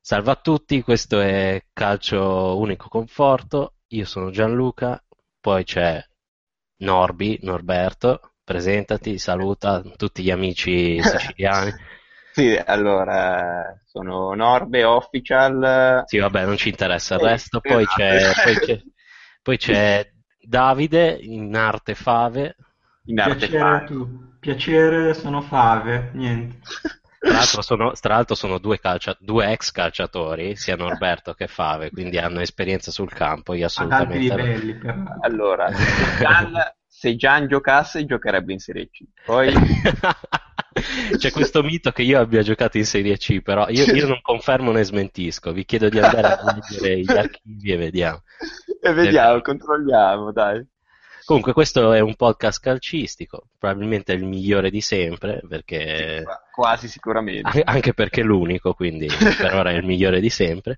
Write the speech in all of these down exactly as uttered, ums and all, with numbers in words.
Salve a tutti, questo è Calcio Unico Conforto, io sono Gianluca, poi c'è Norbi, Norberto, presentati, saluta tutti gli amici siciliani. Sì, allora, sono Norbe Official. Sì, vabbè, non ci interessa il eh, resto, poi c'è poi esatto. c'è- poi c'è Davide, in arte Fave. In arte Piacere fan. tu, piacere sono fave, niente. Tra l'altro sono, tra l'altro sono due, calcia- due ex calciatori, sia Norberto che Fave, quindi hanno esperienza sul campo, io Ad alti assolutamente no. livelli, peraltro. Allora, se Gian, se Gian giocasse, giocherebbe in Serie C. Poi, C'è questo mito che io abbia giocato in Serie C, però io, io non confermo né smentisco. Vi chiedo di andare a leggere gli archivi e vediamo. e Se è vediamo, vero. controlliamo, dai. Comunque, questo è un podcast calcistico, probabilmente è il migliore di sempre, Sì, perché qua- quasi sicuramente. an- anche perché è l'unico, quindi per ora è il migliore di sempre.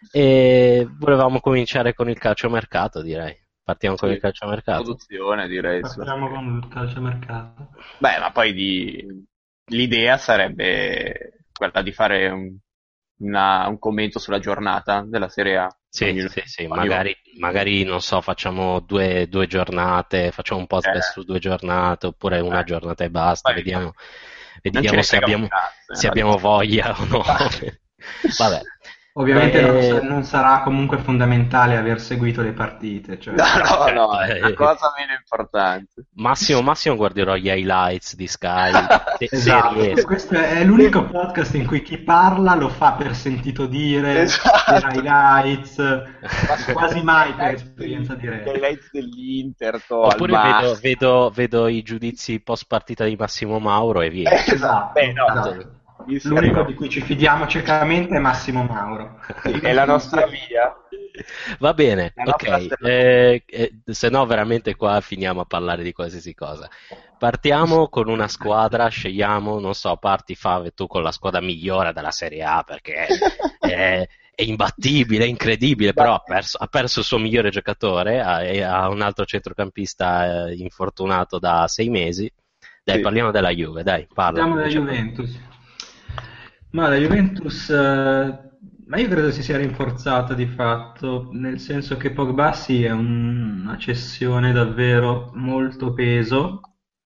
E volevamo cominciare con il calciomercato, direi. Partiamo con il Sì, calciomercato. produzione direi sulla Partiamo Serie. con il calciomercato. Beh, ma poi di- l'idea sarebbe quella di fare un, una- un commento sulla giornata della Serie A. Sì, Ogni, sì, sì, ogni volta. magari, magari non so, facciamo due, due giornate, facciamo un Eh, podcast su due giornate, oppure una eh. giornata e basta, Poi vediamo, non ce vediamo ne se frega un abbiamo, cazzo, in se abbiamo realtà. voglia o no. Vabbè. Ovviamente non, sa- Eh, non sarà comunque fondamentale aver seguito le partite, No, cioè. no, no, certo, è una eh, cosa meno importante. Massimo, Massimo guarderò gli highlights di Sky, se, se Esatto, riesco. questo è l'unico podcast in cui chi parla lo fa per sentito dire, per Esatto. highlights, Ma quasi gli mai per highlights esperienza del- gli diretta. highlights dell'Inter, to, al Oppure vedo, massimo. vedo, vedo i giudizi post partita di Massimo Mauro e via. Esatto. Beh, Esatto, no, Tanto- esatto. lì si L'unico arriva. di cui ci fidiamo ciecamente è Massimo Mauro. Sì, è la nostra via, Va bene, la nostra ok, stella polare. eh, eh, se no veramente qua finiamo a parlare di qualsiasi cosa. Partiamo con una squadra, scegliamo, non so, parti Fave tu con la squadra migliore della Serie A perché è, è imbattibile, è incredibile, però ha perso, ha perso il suo migliore giocatore, ha, e ha un altro centrocampista eh, infortunato da sei mesi. Dai, Sì. parliamo della Juve, dai, parla, Parliamo della comincia tu. Juventus. Ma la Juventus, eh, ma io credo si sia rinforzata di fatto, nel senso che Pogba sì è un- una cessione davvero molto peso,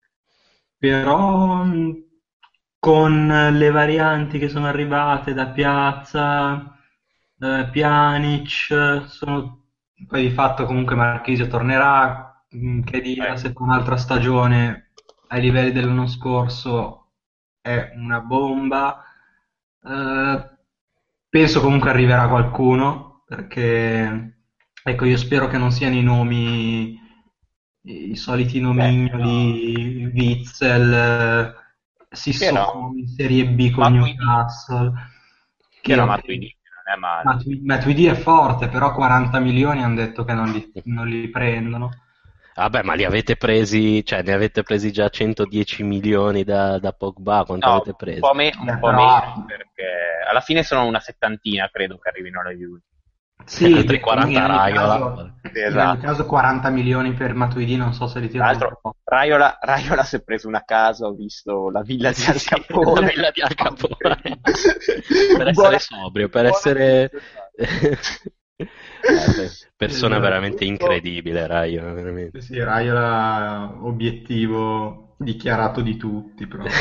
però mh, con le varianti che sono arrivate da Piazza, eh, Pjanic, sono, poi di fatto comunque Marchisio tornerà, mh, che dia Eh, se fa un'altra stagione ai livelli dell'anno scorso è una bomba. Eh, penso comunque arriverà qualcuno, perché ecco, io spero che non siano i nomi, i soliti beh, no. nomignoli, Witzel, eh, Che Sissoko no? in Serie B con Matuidi. Newcastle, Che che no, ok, Matuidi non è male. Matu- Matuidi è forte, però quaranta milioni hanno detto che non li, non li prendono. Vabbè, ma li avete presi, cioè ne avete presi già centodieci milioni da, da Pogba, quanto No, avete un preso? po', me- un Beh, po' meno, però perché alla fine sono una settantina, credo, che arrivino alla Juve. sì, Altri beh, in quaranta ogni Raiola. caso, Sì, in ogni esatto. caso quaranta milioni per Matuidi non so se li Tra tirano l'altro, fuori. Raiola, Raiola si è preso una casa, ho visto la villa di Sì, Al sì, la Capone. villa di Al Capone. Per Un buon essere acquisto, sobrio, per un buon essere... acquisto è stato. Eh, per- persona Esatto. veramente Tutto. incredibile, Raio, veramente. Sì, sì, Raiola obiettivo dichiarato di tutti proprio.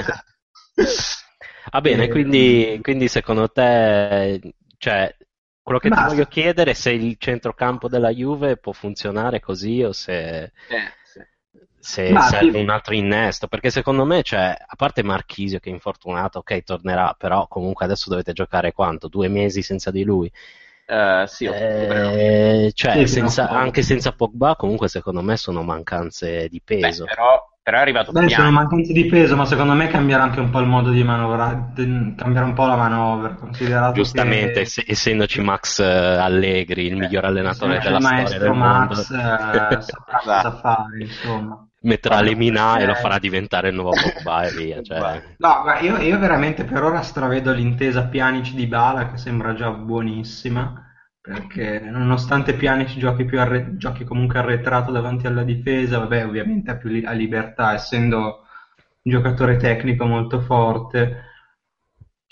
Va E, bene, quindi, quindi secondo te, cioè, quello che ti voglio basta. chiedere è se il centrocampo della Juve può funzionare così o se, Eh, sì. se Ma serve sì, un altro innesto, perché secondo me, cioè, a parte Marchisio che è infortunato, ok, tornerà, però comunque adesso dovete giocare quanto? Due mesi senza di lui? Eh, sì, ottobre, novembre. Eh, cioè, sì, fino a senza- ottobre. anche senza Pogba, comunque secondo me sono mancanze di Beh, peso. però, però è arrivato Beh, sono Pjanic. mancanze di peso, ma secondo me cambierà anche un po' il modo di manovra, de- cambierà un po' la manovra, considerato Giustamente, che ess- essendoci Max eh, Allegri, il Eh, miglior allenatore essendoci il della storia maestro del mondo, Max, eh, saprà cosa esatto. fare, insomma. metterà Anche Lemina e lo farà perché diventare il nuovo Pogba e via. Pogba. Cioè. no, guarda, io, io veramente per ora stravedo l'intesa Pjanic di Bala che sembra già buonissima, perché nonostante Pjanic giochi, più arre- giochi comunque arretrato davanti alla difesa, vabbè, ovviamente ha più li- ha libertà, essendo un giocatore tecnico molto forte.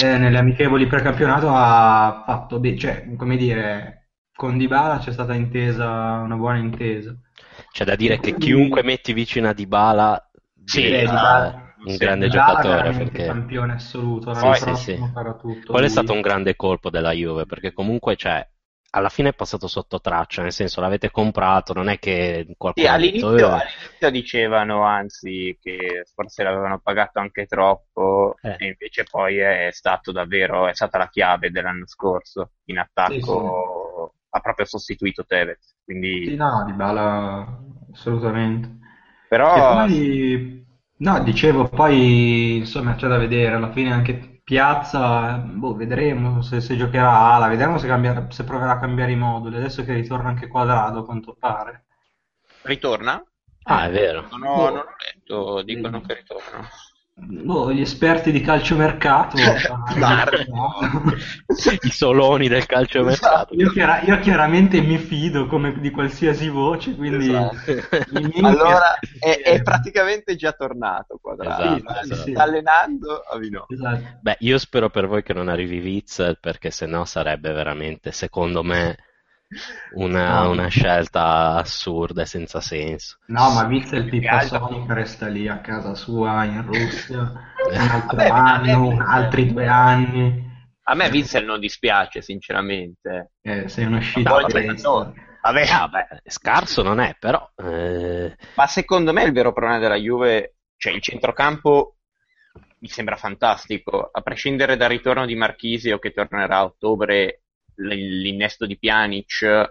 eh, nelle amichevoli precampionato ha fatto bene, cioè, come dire, con Dybala c'è stata intesa, una buona intesa. C'è da E dire che chiunque quindi, metti vicino a Dybala Sì, beh, diventa Dybala, un sì. grande Dybala giocatore veramente perché campione assoluto, sì, l'anno Poi, sì, sì. prossimo farà tutto Quello è stato lui. un grande colpo della Juve perché comunque cioè, alla fine è passato sotto traccia, nel senso l'avete comprato, non è che sì, qualcuno ha detto all'inizio, eh, all'inizio dicevano anzi che forse l'avevano pagato anche troppo eh, e invece poi è stato davvero, è stata la chiave dell'anno scorso in Sì, sì. attacco, ha proprio sostituito Tevez, Sì, quindi no, Dybala assolutamente. E però poi, no, dicevo, poi insomma c'è da vedere, alla fine anche Piazza, boh, vedremo se, se giocherà ala, vedremo se, cambia- se proverà a cambiare i moduli, adesso che ritorna anche Quadrado, a quanto pare. ritorna? ah, è Eh, vero. Non ho, non boh, ho letto, dicono vedi- che ritorna. boh, gli esperti di calciomercato saranno Marco! I soloni del calciomercato. Esatto, Io, chiara- io chiaramente mi fido come di qualsiasi voce, quindi esatto. i miei Allora esperti è, è chiedono. praticamente già tornato Quadrato, Sì, Esatto, ma sì, si sì, sta esatto. allenando a Vino. esatto. Beh, io spero per voi che non arrivi Witzel perché sennò sarebbe veramente, secondo me, una, una No, scelta assurda e senza senso. no, ma Witzel Più che Pippa altro. Sonic resta lì a casa sua in Russia un A altro me, a me anno, Witzel, altri due anni. a me Witzel non dispiace, sinceramente. Eh, sei uno È un No, buon vabbè, shitcaster. giocatore. Vabbè, ah, beh, scarso non è, però eh, ma secondo me il vero problema della Juve, cioè il centrocampo, mi sembra fantastico, a prescindere dal ritorno di Marchisio che tornerà a ottobre, l- l'innesto di Pjanic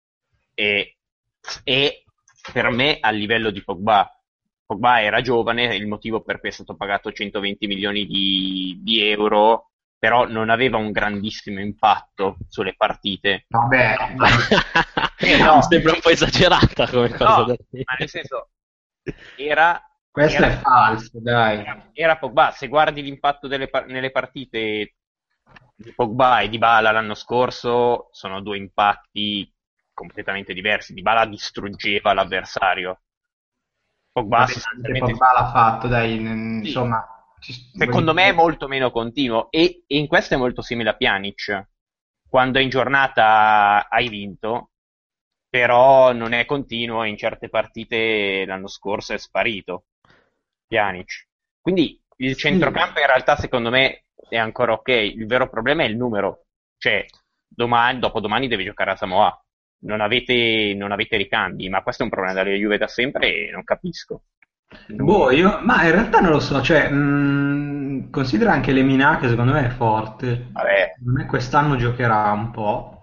e, e per me a livello di Pogba. Pogba era giovane, è il motivo per cui è stato pagato centoventi milioni di, di euro, però non aveva un grandissimo impatto sulle partite. Vabbè, No, vabbè. eh, mi no, sembra un po' esagerata come cosa no, da ma dire. nel senso, era, Questo era è Pogba, falso, dai. era, era Pogba. Se guardi l'impatto delle par- nelle partite di Pogba e di Bala l'anno scorso, sono due impatti completamente diversi. Dybala distruggeva l'avversario. Pogba Vabbè, anche sostanzialmente Pogba l'ha fatto, dai, n- sì, insomma, ci- voglio secondo me è dire, molto meno continuo e, e in questo è molto simile a Pjanic. Quando è in giornata hai vinto, però non è continuo e in certe partite l'anno scorso è sparito Pjanic. Quindi il sì. centrocampo in realtà secondo me è ancora ok, il vero problema è il numero, cioè domani, dopodomani deve giocare a Samoa, non avete, non avete ricambi, ma questo è un problema della Juve da sempre e non capisco. Boh, Non- io, ma in realtà non lo so, cioè, mh, considera anche Lemina che secondo me è forte, Vabbè, secondo me quest'anno giocherà un po',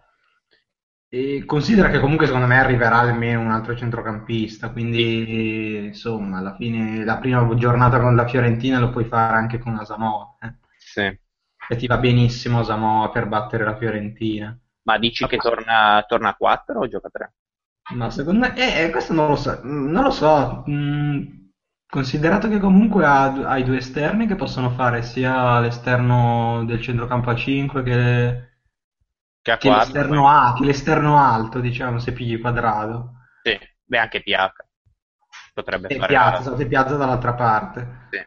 e considera che comunque secondo me arriverà almeno un altro centrocampista, sì, quindi insomma, alla fine la prima giornata con la Fiorentina lo puoi fare anche con la Samoa, eh. sì. E ti va benissimo Samoa per battere la Fiorentina. Ma dici che torna, torna a quattro o gioca a tre? Ma secondo me, eh, eh, questo non lo so, mm, non lo so, mm, considerato che comunque ha, hai due esterni che possono fare sia l'esterno del centrocampo a cinque che, Che a che quattro, poi. l'esterno A, che l'esterno alto, diciamo, se pigli quadrato. Sì, beh, anche P H potrebbe E fare Piazza, la. scusate, Piazza dall'altra parte. Sì.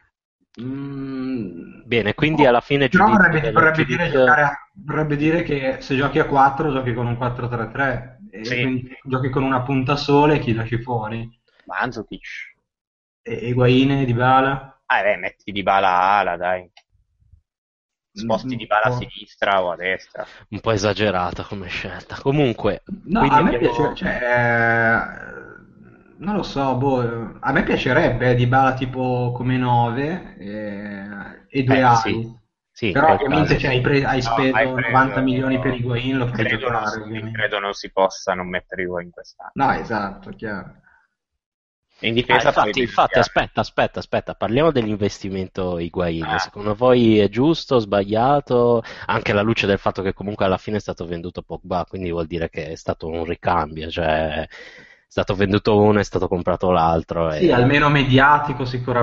Mm, Bene, quindi boh, alla fine però giudizio vorrebbe, del vorrebbe dire giudizio. giocare a- vorrebbe dire che se giochi a quattro giochi con un quattro tre tre e Sì, quindi giochi con una punta sola e chi lasci fuori. Mandzukic. E Higuain, Dybala? Ah, beh, metti Dybala a ala, dai. Mm, Sposti un Dybala a po'. sinistra o a destra. Un po' esagerata come scelta. Comunque, No, quindi a me piace, abbiamo. cioè, eh, non lo so, boh, eh, a me piacerebbe Dybala tipo come nove e due Eh sì, ali, sì, in però quel ovviamente caso cioè, sì. hai, pre- hai No, hai speso novanta milioni per preso. Higuain, lo fai Credo non, giocare si, ovviamente. credo non si possa non mettere Higuain in quest'anno. No, esatto, chiaro. E in Ah, difesa poi infatti, devi infatti, odiare. aspetta, aspetta, aspetta, parliamo dell'investimento Higuain. Ah, Secondo voi è giusto, sbagliato? Anche alla luce del fatto che comunque alla fine è stato venduto Pogba, quindi vuol dire che è stato un ricambio, cioè è stato venduto uno, è stato comprato l'altro. Sì, E. almeno mediatico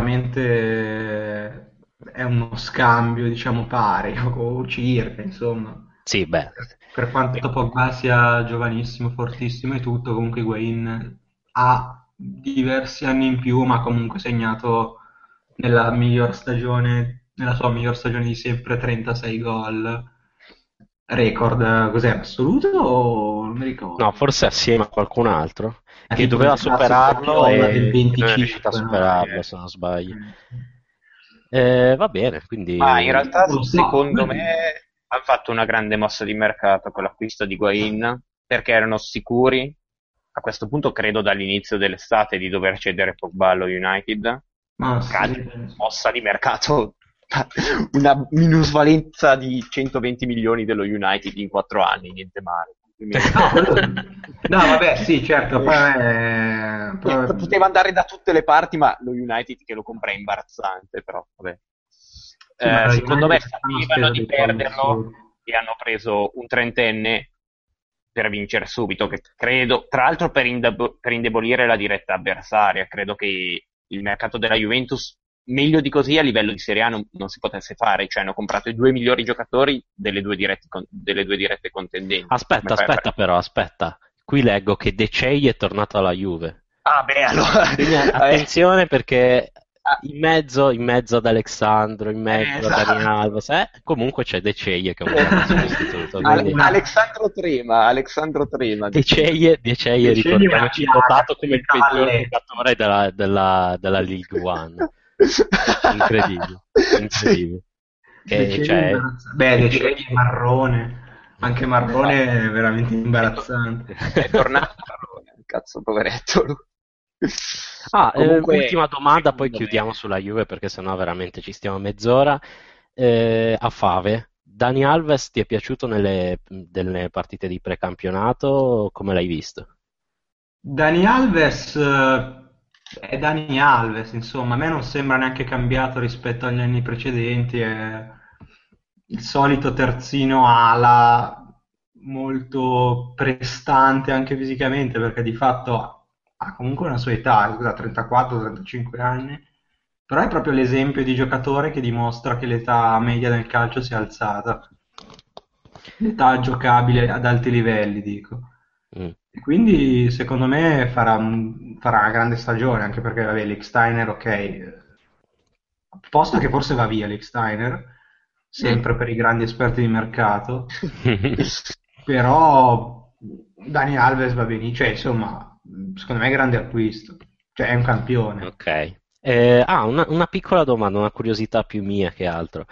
sicuramente è uno scambio, diciamo, pari o circa, insomma. Sì, beh, Per quanto Pogba sia giovanissimo, fortissimo e tutto, comunque Higuain ha diversi anni in più, ma comunque segnato nella miglior stagione nella sua miglior stagione di sempre, trentasei gol, record, eh, cos'era, assoluto o non mi No, ricordo. forse assieme a qualcun altro È che tipo doveva il classico superarlo Guardiola del e, e non è riuscito a venticinque, no? superarlo, Eh, se non sbaglio. eh, Eh, va bene, Ma in quindi realtà, non lo so, secondo me, quelli- hanno fatto una grande mossa di mercato con l'acquisto di Higuain, perché erano sicuri, a questo punto credo dall'inizio dell'estate, di dover cedere Pogba allo United. ma Cal- sì, penso. Mossa di mercato, una minusvalenza di centoventi milioni dello United in quattro anni, niente male. No, quello- no, vabbè, sì, certo, Eh, poi a me- eh, poi- poteva andare da tutte le parti, ma lo United che lo compra è imbarazzante, però vabbè. sì, ma Eh, la secondo me United hanno sapevano speso di dei soldi perderlo assurdi. e hanno preso un trentenne per vincere subito, che credo, tra l'altro per, indebo- per indebolire la diretta avversaria, credo che il mercato della Juventus meglio di così a livello di Serie A non, non si potesse fare, cioè hanno comprato i due migliori giocatori delle due, diretti con- delle due dirette contendenti. Come aspetta, fai a fare? aspetta però, aspetta. Qui leggo che De Cey è tornato alla Juve. Ah, beh, allora... Quindi a- eh, attenzione perché ah, in mezzo, in mezzo ad Alexandro, in eh, mezzo a Dani esatto. Alves, eh, comunque c'è De Cey che è un grande sostituto. Ale- Quindi Una, Alexandro Trema, Alexandro Trema, De decidi. Cey, De Cey, Decegli una ricordiamoci, piaga, votato come il il peggior cavalletto. giocatore della, della, della League One. Incredibile, Sì. incredibile. Che, Decegli cioè, imbarazzante. Beh, il più... Decegli Marrone. Anche Marrone è veramente È, to- imbarazzante. è tornato Marrone, cazzo, poveretto. lui. Ah, eh, Comunque, ultima domanda, poi secondo me, chiudiamo sulla Juve perché sennò veramente ci stiamo mezz'ora. Eh, a Fave, Dani Alves ti è piaciuto nelle, nelle partite di precampionato? Come l'hai visto? Dani Alves eh, è Dani Alves, insomma, a me non sembra neanche cambiato rispetto agli anni precedenti, è il solito terzino ala molto prestante anche fisicamente, perché di fatto ha comunque una sua età, scusa, trentaquattro trentacinque anni, però è proprio l'esempio di giocatore che dimostra che l'età media del calcio si è alzata, l'età giocabile ad alti livelli, dico. Mm, E quindi secondo me farà, un- farà una grande stagione, anche perché vabbè, Lichtsteiner, ok, eh, posto che forse va via Lichtsteiner, mm. sempre per i grandi esperti di mercato, però Dani Alves va benissimo, cioè insomma, secondo me è grande acquisto, cioè è un campione. ok. Eh, ah, una, una piccola domanda, una curiosità più mia che altro.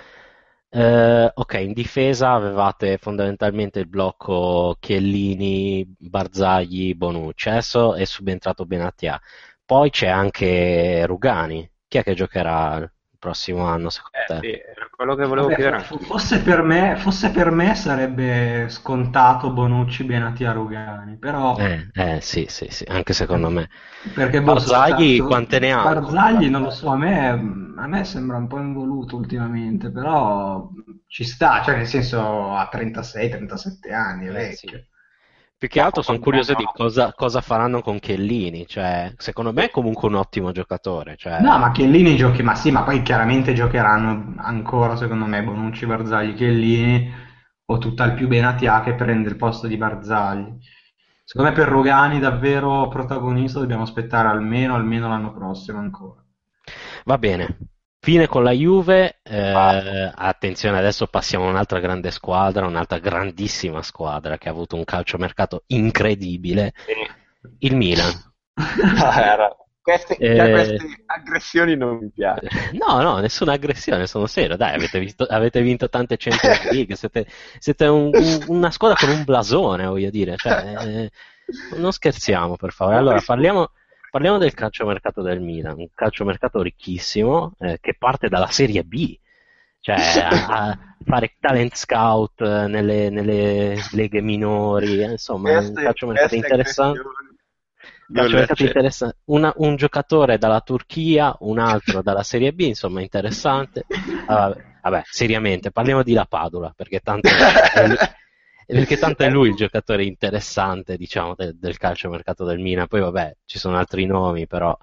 Eh, ok, in difesa avevate fondamentalmente il blocco Chiellini, Barzagli, Bonucci. Adesso è subentrato Benatia. Poi c'è anche Rugani. Chi è che giocherà il prossimo anno, secondo Eh te? sì, era quello che volevo Vabbè, chiedere fo- fo- anch'io. fosse per me, fosse per me sarebbe scontato Bonucci, Benatia, Rugani, però Eh, eh, sì, sì, sì, anche secondo me. perché boh, so- sa- Barzagli, so- quante ne ha ancora? Barzagli non lo Barzagli? so, a me, a me sembra un po' involuto ultimamente, però ci sta, cioè nel senso ha trentasei trentasette anni, è Eh sì. vecchio. Più che No, altro ma sono quando curioso di vanno... cosa, cosa faranno con Chiellini. Cioè, secondo me è comunque un ottimo giocatore. No, Cioè, ma Chiellini giochi, ma sì, ma poi chiaramente giocheranno ancora, secondo me, Bonucci, Barzagli, Chiellini o tutt'al più Benatia che prende il posto di Barzagli. Secondo me per Rugani davvero protagonista dobbiamo aspettare almeno, almeno l'anno prossimo ancora. va bene. Fine con la Juve. Basta. Eh, attenzione, adesso passiamo a un'altra grande squadra, un'altra grandissima squadra che ha avuto un calciomercato incredibile. Sì. Il Milan. Ah, era- Queste, già Eh, queste aggressioni non mi piacciono. No, no, nessuna aggressione, sono serio. Dai, avete visto- avete vinto tante Champions League, siete, siete un- un- una squadra con un blasone, voglio dire. Cioè, eh, non scherziamo, per favore. Non Allora, rispondo. parliamo, parliamo del calciomercato del Milan, un calciomercato ricchissimo eh, che parte dalla Serie B, cioè a, a fare talent scout eh, nelle, nelle leghe minori, eh, insomma, è un Queste, calciomercato queste interessante. aggressioni non le Calciomercato accetto. interessante. Una- un giocatore dalla Turchia, un altro dalla Serie B, insomma, interessante. Ah, vabbè, seriamente, parliamo di La Padula, perché tanto è lui, perché tanto è lui il giocatore interessante, diciamo, del, del calciomercato del Milan. Poi, vabbè, ci sono altri nomi, però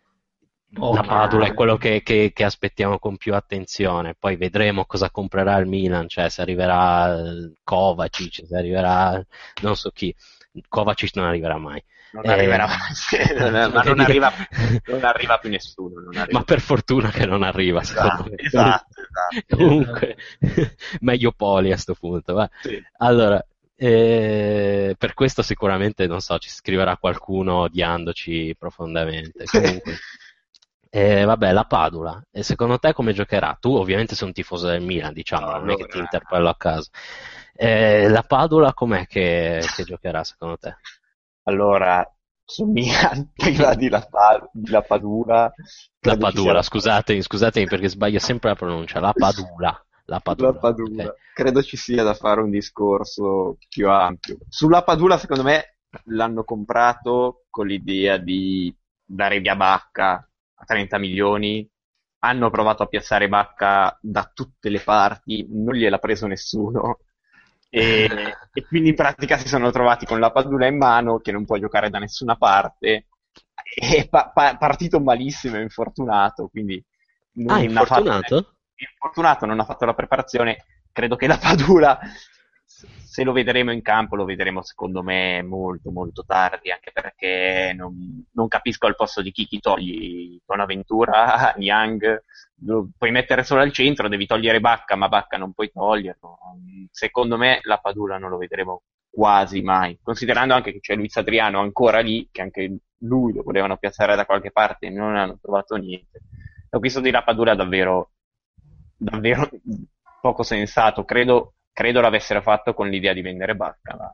La Pochi Padula è anche. quello che, che- che aspettiamo con più attenzione. Poi vedremo cosa comprerà il Milan, cioè se arriverà eh, Kovacic, se arriverà non so chi. Kovacic non arriverà mai. Non Eh, arriverà mai, sì, non è- ma non arriva, non arriva più nessuno. Non arriva ma per fortuna che non arriva, secondo Esatto, me. esatto, esatto. Comunque, meglio Poli a sto punto. Va. Sì. Allora, eh, per questo sicuramente, non so, ci scriverà qualcuno odiandoci profondamente. Comunque, eh, vabbè, la Padula. E secondo te come giocherà? Tu ovviamente sei un tifoso del Milan, diciamo, non è che ti Allora, interpello a caso. Eh, la Padula com'è che, che giocherà secondo te? allora, su Milan, prima di La, Pa- di La Padula, La credo ci sia Padula, da scusatemi, scusatemi perché sbaglio sempre la pronuncia. La Padula. La La Padula, Padula. ok. Credo ci sia da fare un discorso più ampio. Sulla Padula, secondo me, l'hanno comprato con l'idea di dare via Bacca a trenta milioni. Hanno provato a piazzare Bacca da tutte le parti, non gliel'ha preso nessuno. E, e quindi in pratica si sono trovati con la Padula in mano che non può giocare da nessuna parte. È pa- pa- partito malissimo, è infortunato, quindi Ah, non ha fatto infortunato? infortunato, non ha fatto la preparazione. Credo che la Padula, se lo vedremo in campo, lo vedremo secondo me molto molto tardi, anche perché non, non capisco al posto di chi chi togli Bonaventura, Niang, lo puoi mettere solo al centro, devi togliere Bacca, ma Bacca non puoi toglierlo. Secondo me la Padula non lo vedremo quasi mai, considerando anche che c'è Luis Adriano ancora lì, che anche lui lo volevano piazzare da qualche parte e non hanno trovato niente. L'acquisto di Lapadula è davvero, davvero poco sensato. Credo, credo l'avessero fatto con l'idea di vendere Bacca, ma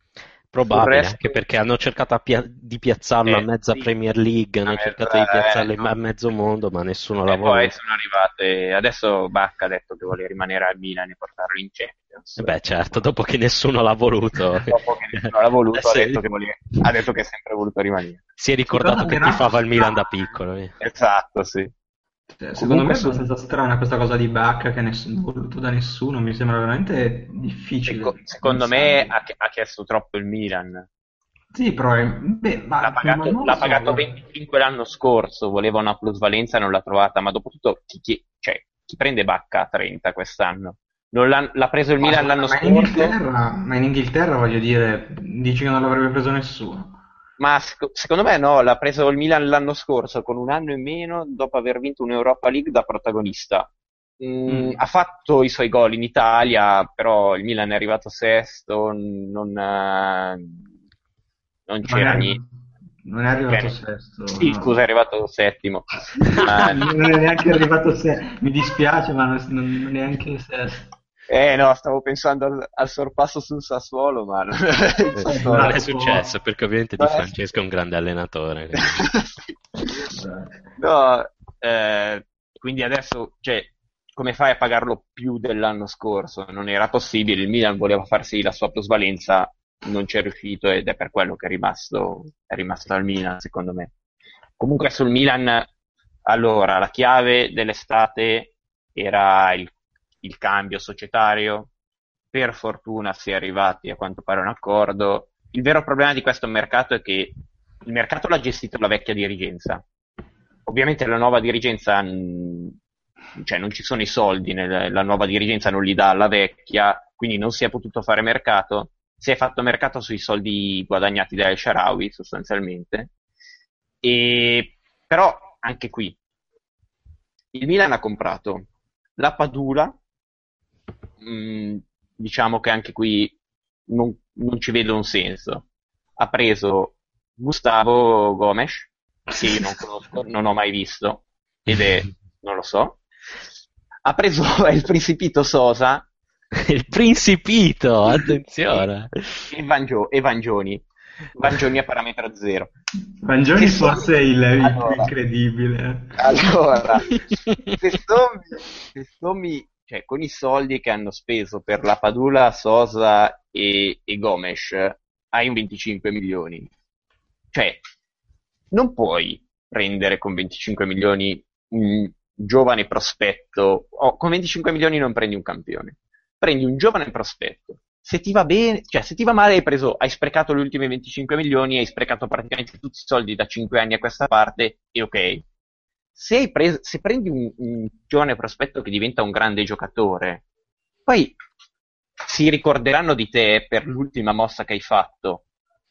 sul Probabile, resto, anche perché hanno cercato a pia- di piazzarlo a eh, mezza sì, Premier League, a hanno cercato di mezza- eh, piazzarlo in- a no. mezzo mondo, ma nessuno l'ha E poi voluto. sono arrivate. Adesso Bacca ha detto che vuole rimanere al Milan e portarlo in Champions. E beh, certo, dopo che nessuno l'ha voluto. Dopo che nessuno l'ha voluto, ha Adesso detto che, voleva- ha detto che è sempre voluto rimanere. si è ricordato che Cosa tifava il Milan da strana. piccolo. eh. Esatto, sì. Cioè, secondo me Comunque è sul, abbastanza strana questa cosa di Bacca che nessuno è voluto da nessuno, mi sembra veramente seco- difficile secondo me pensarlo. ha, ha chiesto troppo il Milan. Sì, però è- beh, L'ha ma, ma pagato, non lo l'ha so, pagato guarda. venticinque l'anno scorso, voleva una plusvalenza, non l'ha trovata, ma dopo tutto chi, chi- cioè, chi prende Bacca a trenta quest'anno? Non l'ha, l'ha preso il Ma, Milan l'anno ma in scorso, Inghilterra, ma in Inghilterra voglio dire, dici che non l'avrebbe preso nessuno. ma sec- secondo me no, l'ha preso il Milan l'anno scorso con un anno in meno dopo aver vinto un'Europa League da protagonista. Mm, Mm. ha fatto i suoi gol in Italia, però il Milan è arrivato sesto, non, eh, non Non è, c'era arri- niente. non è arrivato Cioè, sesto, sì, no. scusa, è arrivato settimo. Ma Non è neanche arrivato sesto, mi dispiace, ma non, non- non è neanche sesto. Eh no, stavo pensando al, al sorpasso sul Sassuolo, ma non- il Eh, È Sassuolo Non è durato successo, poco. perché ovviamente Di non è Francesco è un grande allenatore. quindi- Sì. No, eh, quindi adesso, cioè, come fai a pagarlo più dell'anno scorso? Non era possibile, il Milan voleva farsi la sua plusvalenza, non ci è riuscito ed è per quello che è rimasto, è rimasto al Milan, secondo me. Comunque sul Milan, allora, la chiave dell'estate era il, il cambio societario. Per fortuna si è arrivati a quanto pare a un accordo. Il vero problema di questo mercato è che il mercato l'ha gestito la vecchia dirigenza. Ovviamente la nuova dirigenza, mh, cioè non ci sono i soldi, nel- la nuova dirigenza non li dà alla vecchia, quindi non si è potuto fare mercato. Si è fatto mercato sui soldi guadagnati da El Shaarawy, sostanzialmente. E, però anche qui il Milan ha comprato la Padula, mh, diciamo che anche qui non, non ci vedo un senso. Ha preso Gustavo Gomes, che io non conosco, non ho mai visto, ed è, non lo so. Ha preso il Principito Sosa Il Principito, e, attenzione. e, Vangio- e Vangioni. Vangioni a parametro zero. Mangioni Che forse è sommi, il, il più allora, incredibile. allora, se sommi, se sommi, cioè, con i soldi che hanno speso per la Padula, Sosa e, e Gomes, hai un venticinque milioni. Cioè, non puoi prendere con venticinque milioni un giovane prospetto, o con venticinque milioni non prendi un campione, prendi un giovane prospetto. Se ti va bene, cioè se ti va male hai preso, hai sprecato gli ultimi venticinque milioni, hai sprecato praticamente tutti i soldi da cinque anni a questa parte, e ok. Se, hai preso, se prendi un, un giovane prospetto che diventa un grande giocatore, poi si ricorderanno di te per l'ultima mossa che hai fatto,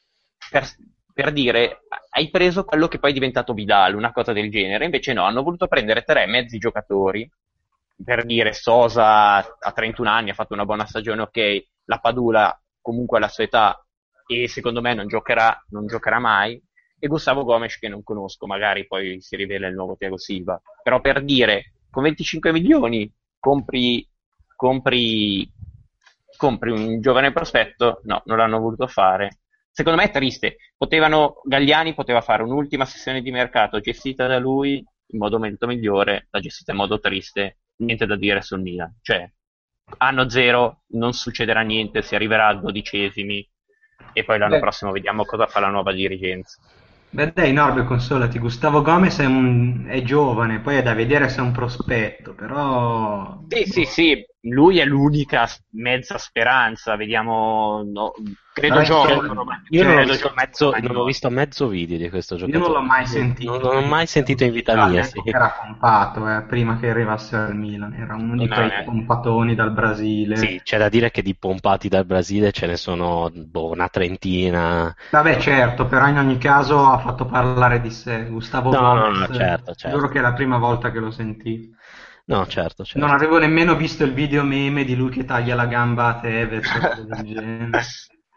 per, per dire, hai preso quello che poi è diventato Vidal, una cosa del genere, invece no, hanno voluto prendere tre mezzi giocatori, per dire Sosa a trentuno anni ha fatto una buona stagione, ok, la Padula comunque alla sua età e secondo me non giocherà, non giocherà mai, e Gustavo Gomes che non conosco, magari poi si rivela il nuovo Thiago Silva, però per dire, con venticinque milioni compri, compri, compri un giovane prospetto, no, non l'hanno voluto fare. Secondo me è triste, potevano, Galliani poteva fare un'ultima sessione di mercato gestita da lui in modo molto migliore, l'ha gestita in modo triste, niente da dire sul Milan, cioè anno zero, non succederà niente, si arriverà a dodicesimi e poi l'anno Beh, prossimo vediamo cosa fa la nuova dirigenza. beh, dai, Norbe, consolati. Gustavo Gomez è, un- è giovane, poi è da vedere se è un prospetto, però Sì, sì, boh. sì, lui è l'unica s- mezza speranza, vediamo, no, Però credo giochi Cioè, con insomma, Romagnola, io non ho credo visto giochi con mezzo, non ho Romagnoli. visto mezzo video di questo io non l'ho giocatore. mai Non, non- sentito non ho perché mai è sentito in vita uscito mia, sì. all'epoca era pompato, eh, prima che arrivasse al Milan, era uno di No, quei ne- pompatoni dal Sì, Brasile. c'è da dire che di pompati dal Brasile ce ne sono boh, una trentina. Vabbè, certo, però in ogni caso ha fatto parlare di sé. Gustavo No, no, no, Gomez, certo, giuro certo. che è la prima volta che lo sentì. No, certo, Non certo. avevo nemmeno visto il video meme di lui che taglia la gamba a Tevez o cose del genere.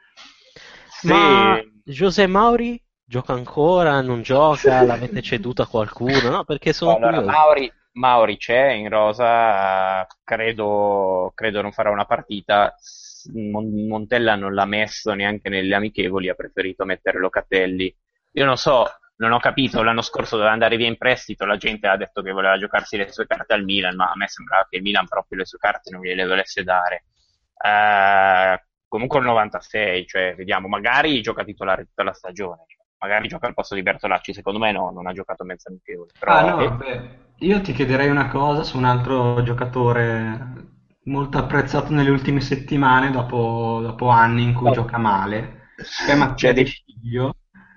Ma Sì, José Mauri gioca ancora? Non gioca? L'avete ceduto a qualcuno? No, perché sono allora, curioso. Mauri, Mauri c'è in rosa, eh, credo, credo non farà una partita. S- Mon- Montella non l'ha messo neanche nelle amichevoli, ha preferito mettere Locatelli. Io non so, non ho capito, l'anno scorso doveva andare via in prestito, la gente ha detto che voleva giocarsi le sue carte al Milan, ma a me sembrava che il Milan proprio le sue carte non gliele volesse dare. Eh, comunque il novantasei, cioè vediamo, magari gioca titolare tutta la stagione, cioè, magari gioca al posto di Bertolacci, secondo me no, non ha giocato mezza amichevole, Ah però no, eh, beh, io ti chiederei una cosa su un altro giocatore molto apprezzato nelle ultime settimane, dopo, dopo anni in cui gioca male, che è Mattia c'è De dei... Sciglio.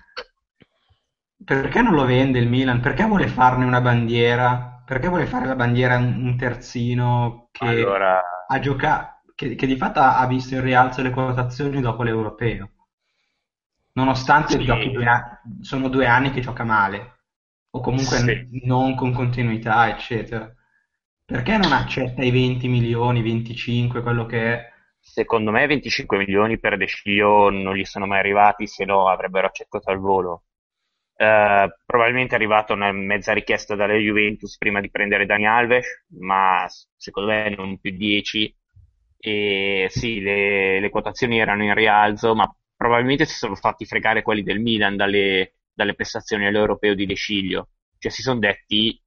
Perché non lo vende il Milan? Perché vuole farne una bandiera? Perché vuole fare la bandiera un un terzino che Allora, ha giocato, che, che di fatto ha ha visto in rialzo le quotazioni dopo l'Europeo, nonostante giochi sì, due anni, sono due anni che gioca male, o comunque sì. n- non con continuità, eccetera. Perché non accetta i venti milioni, venticinque, quello che è? Secondo me venticinque milioni per De Sciglio non gli sono mai arrivati, se no avrebbero accettato al volo. Eh, probabilmente è arrivata una mezza richiesta dalle Juventus prima di prendere Dani Alves, ma s- secondo me non più dieci. E sì, le, le quotazioni erano in rialzo, ma probabilmente si sono fatti fregare quelli del Milan dalle, dalle prestazioni all'Europeo di De Sciglio. Cioè si sono detti,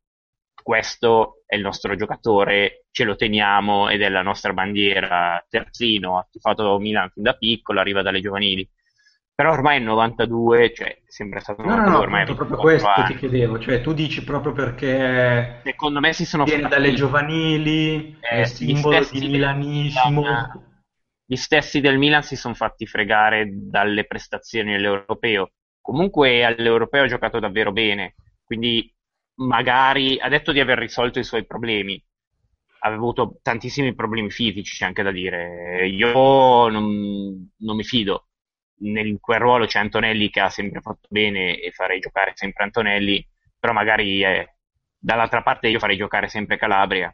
questo è il nostro giocatore, ce lo teniamo ed è la nostra bandiera, terzino, ha tifato Milan fin da piccolo, arriva dalle giovanili. Però ormai è novantadue, cioè è sempre stato No, no, no, novantadue, ormai ha appunto, proprio ventiquattro questo ti anni. chiedevo, cioè tu dici proprio perché Secondo me si sono viene dalle fatti giovanili, è eh, gli simbolo di stessi del milanismo. Milan, gli stessi del Milan si sono fatti fregare dalle prestazioni all'Europeo. Comunque all'Europeo ha giocato davvero bene, quindi magari ha detto di aver risolto i suoi problemi. Aveva avuto tantissimi problemi fisici, c'è anche da dire. Io non, non mi fido. In quel ruolo c'è Antonelli che ha sempre fatto bene e farei giocare sempre Antonelli, però magari eh, dall'altra parte io farei giocare sempre Calabria,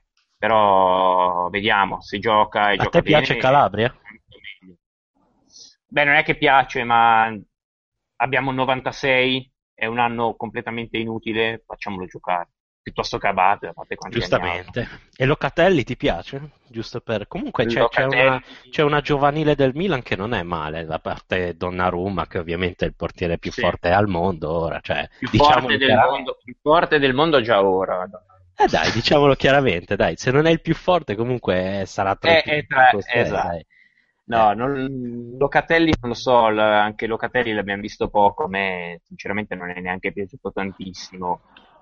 però vediamo, se gioca e A te gioca piace bene, Calabria? molto meglio. Beh, non è che piace, ma abbiamo il novantasei, è un anno completamente inutile, facciamolo giocare. Piuttosto che Abate, Abate quanti anni ha ormai? Giustamente. E Locatelli ti piace? Giusto per... Comunque c'è, c'è una, Locatelli, c'è una giovanile del Milan che non è male, da parte Donnarumma, che ovviamente è il portiere più sì, forte al mondo ora, cioè, più forte diciamolo del chiaramente. mondo, più forte del mondo già ora. Eh dai, diciamolo chiaramente, dai, se non è il più forte comunque eh, sarà tra i È, più è tra, cinque sei, esatto. dai. Eh. No, non- Locatelli non lo so, l- anche Locatelli l'abbiamo visto poco, a me sinceramente non è neanche piaciuto tantissimo,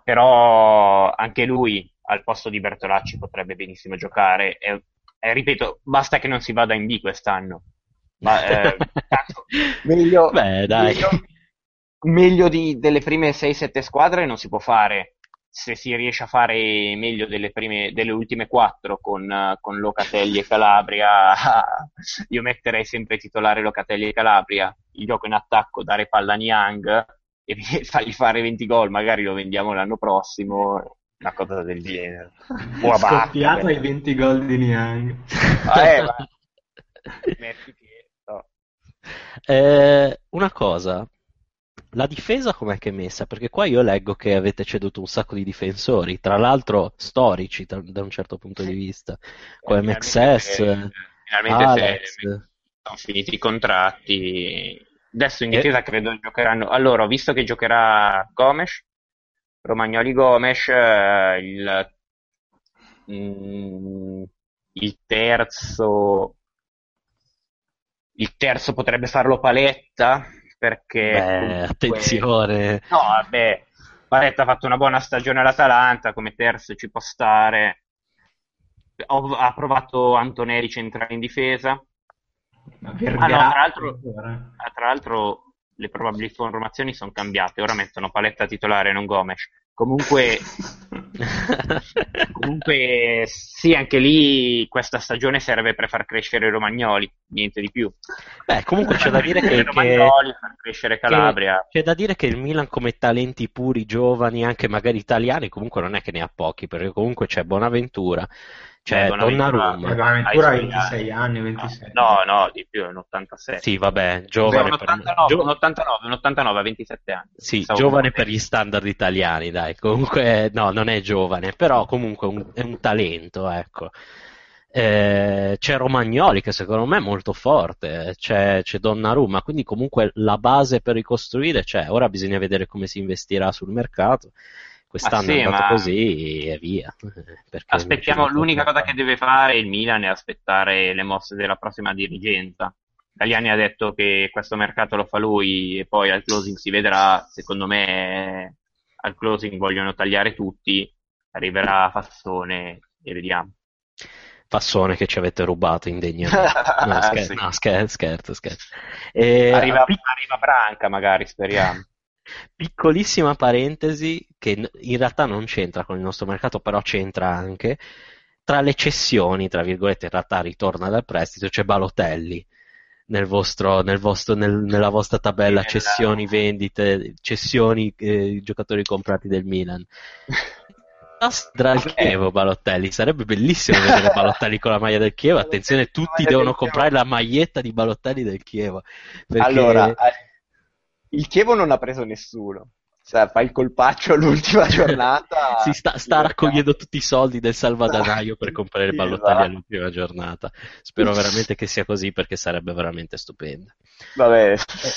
però anche lui al posto di Bertolacci potrebbe benissimo giocare, e, e ripeto, basta che non si vada in B quest'anno, ma eh, tanto meglio, Beh, dai. meglio, meglio di- delle prime sei sette squadre non si può fare. Se si riesce a fare meglio delle prime, delle ultime quattro con, eh, con Locatelli e Calabria, io metterei sempre titolare Locatelli e Calabria. il gioco in attacco, dare palla a Niang e fargli fare venti gol, magari lo vendiamo l'anno prossimo, una cosa del genere. O a Scoppiato ai Butler. venti gol di Niang. Ah, eh, ma metti che, no. Eh, una cosa, la difesa com'è che è messa? Perché qua io leggo che avete ceduto un sacco di difensori, tra l'altro storici tra- da un certo punto di vista, Eh, come finalmente Mexes, se, finalmente se Alex. sono finiti i contratti. Adesso in E, difesa credo giocheranno. Allora, ho visto che giocherà Gomes, Romagnoli Gomes, eh, il, mm, il terzo. Il terzo potrebbe farlo Paletta, perché beh, comunque. attenzione. No, vabbè, Paletta ha fatto una buona stagione all'Atalanta, come terzo ci può stare. Ho- ha provato Antonelli centrale in difesa. Ma Ah no, tra Vergara l'altro, ancora. ah, tra l'altro le probabili formazioni sono cambiate, ora mettono Paletta titolare e non Gomes. Comunque, comunque sì, anche lì questa stagione serve per far crescere i Romagnoli, niente di più. Beh, comunque Per c'è far da dire crescere i che, che- Romagnoli, far crescere che- Calabria. c'è da dire che il Milan come talenti puri, giovani, anche magari italiani, comunque non è che ne ha pochi, perché comunque c'è Bonaventura, Beh, c'è Bonaventura Eh, Donnarumma. ha i Bonaventura ha suoi anni. ventisei anni, ventisei. No, no, di più, è un ottantasette. Sì, vabbè, Cos'è giovane un per, ottantanove? Un gio- ottantanove, un ottantanove a ventisette anni. sì, Stavo giovane per gli confondendo. standard italiani, dai, comunque no, non è giovane, però comunque un- è un talento, ecco. Eh, c'è Romagnoli che secondo me è molto forte, c'è, c'è Donnarumma, quindi comunque la base per ricostruire c'è. Ora bisogna vedere come si investirà sul mercato. Ma Quest'anno è sì, andato ma così e via, eh, perché non c'è aspettiamo, molto l'unica altro da cosa che fare. deve fare il Milan è aspettare le mosse della prossima dirigenza. Galliani ha detto che questo mercato lo fa lui e poi al closing si vedrà. Secondo me al closing vogliono tagliare tutti, arriverà Fassone e vediamo. Fassone che ci avete rubato indegnamente. No, scher- Sì. no, scher- scherzo, scherzo. E, Arriva, pic- arriva Branca magari, speriamo. Piccolissima parentesi che n- in realtà non c'entra con il nostro mercato, però c'entra anche. Tra le cessioni, tra virgolette, in realtà ritorna dal prestito, c'è Balotelli nel vostro, nel vostro- nel- nella vostra Sì, tabella nel- cessioni, vendite, cessioni, eh, giocatori comprati del Milan. Astra il Vabbè, Chievo Balotelli, sarebbe bellissimo vedere Balotelli con la maglia del Chievo. Attenzione, Balotelli con la tutti maglia devono del comprare Chievo. la maglietta di Balotelli del Chievo Allora, perché eh, il Chievo non ha preso nessuno. Cioè, fa il colpaccio all'ultima giornata si sta, di sta raccogliendo mercato. tutti i soldi del salvadanaio per comprare Sì, Balotelli esatto. all'ultima giornata. Spero veramente che sia così perché sarebbe veramente stupendo. Vabbè. Eh,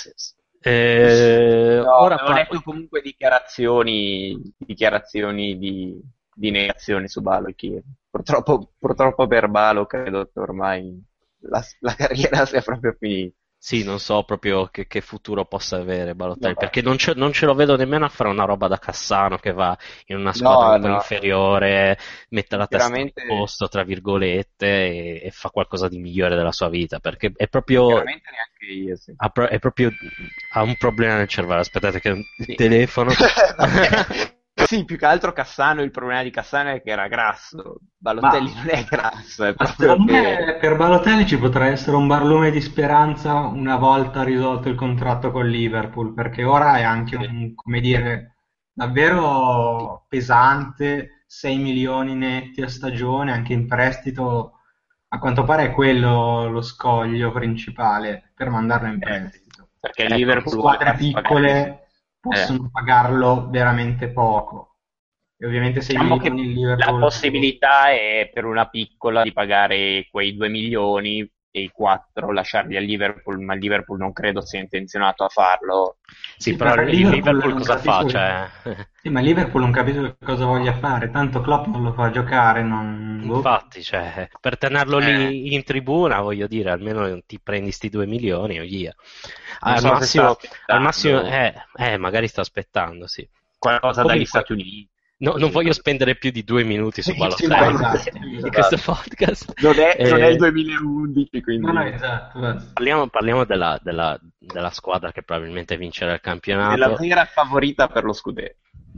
eh, No, ora avevo par- letto comunque dichiarazioni, dichiarazioni di, di negazione su Balo e Chievo. Purtroppo, purtroppo per Balo credo che ormai la, la carriera sia proprio finita. Sì, non so proprio che, che futuro possa avere Balotelli, No, perché non, ce- non ce lo vedo nemmeno a fare una roba da Cassano che va in una squadra no, un po' no. inferiore, mette la testa a Sinceramente, posto, tra virgolette, e, e fa qualcosa di migliore della sua vita, perché è proprio, sinceramente neanche io, sì. ha, pro- è proprio, ha un problema nel cervello. Aspettate che il Sì. telefono... Vabbè. Sì, più che altro Cassano, il problema di Cassano è che era grasso. Balotelli Ma, non è grasso, è ma proprio secondo che. me per Balotelli ci potrà essere un barlume di speranza una volta risolto il contratto con Liverpool, perché ora è anche Sì. un, come dire, davvero pesante, sei milioni netti a stagione, anche in prestito. A quanto pare è quello lo scoglio principale per mandarlo in Eh, prestito. perché il Ecco, Liverpool vuole Squadre farsi pagare di più. piccole Eh. possono pagarlo veramente poco. E ovviamente sei Diciamo che milioni il la Liverpool. possibilità è per una piccola di pagare quei due milioni e i quattro lasciarli al Liverpool, ma il Liverpool non credo sia intenzionato a farlo. sì, Sì, però però il il il Liverpool Liverpool non cosa fa? capisco che... Cioè... Sì, ma il Liverpool non capisco che cosa voglia fare, tanto Klopp non lo fa giocare, non... boh. Infatti, cioè, per tenerlo Eh, lì in tribuna, voglio dire, almeno ti prendi sti due milioni e via. non Al so se sta massimo, al massimo, aspettando eh, eh, magari sta aspettando, sì. qualcosa dagli Comunque, Stati Uniti. no, non Così, voglio cosa- spendere più di due minuti su Sì, no, Balotelli esatto, in esatto. questo podcast. Non è, non è il Eh, duemilaundici, quindi. No, no, esatto, basta. parliamo parliamo della, della- della squadra che probabilmente vincerà il Della campionato. vera favorita per lo scudetto.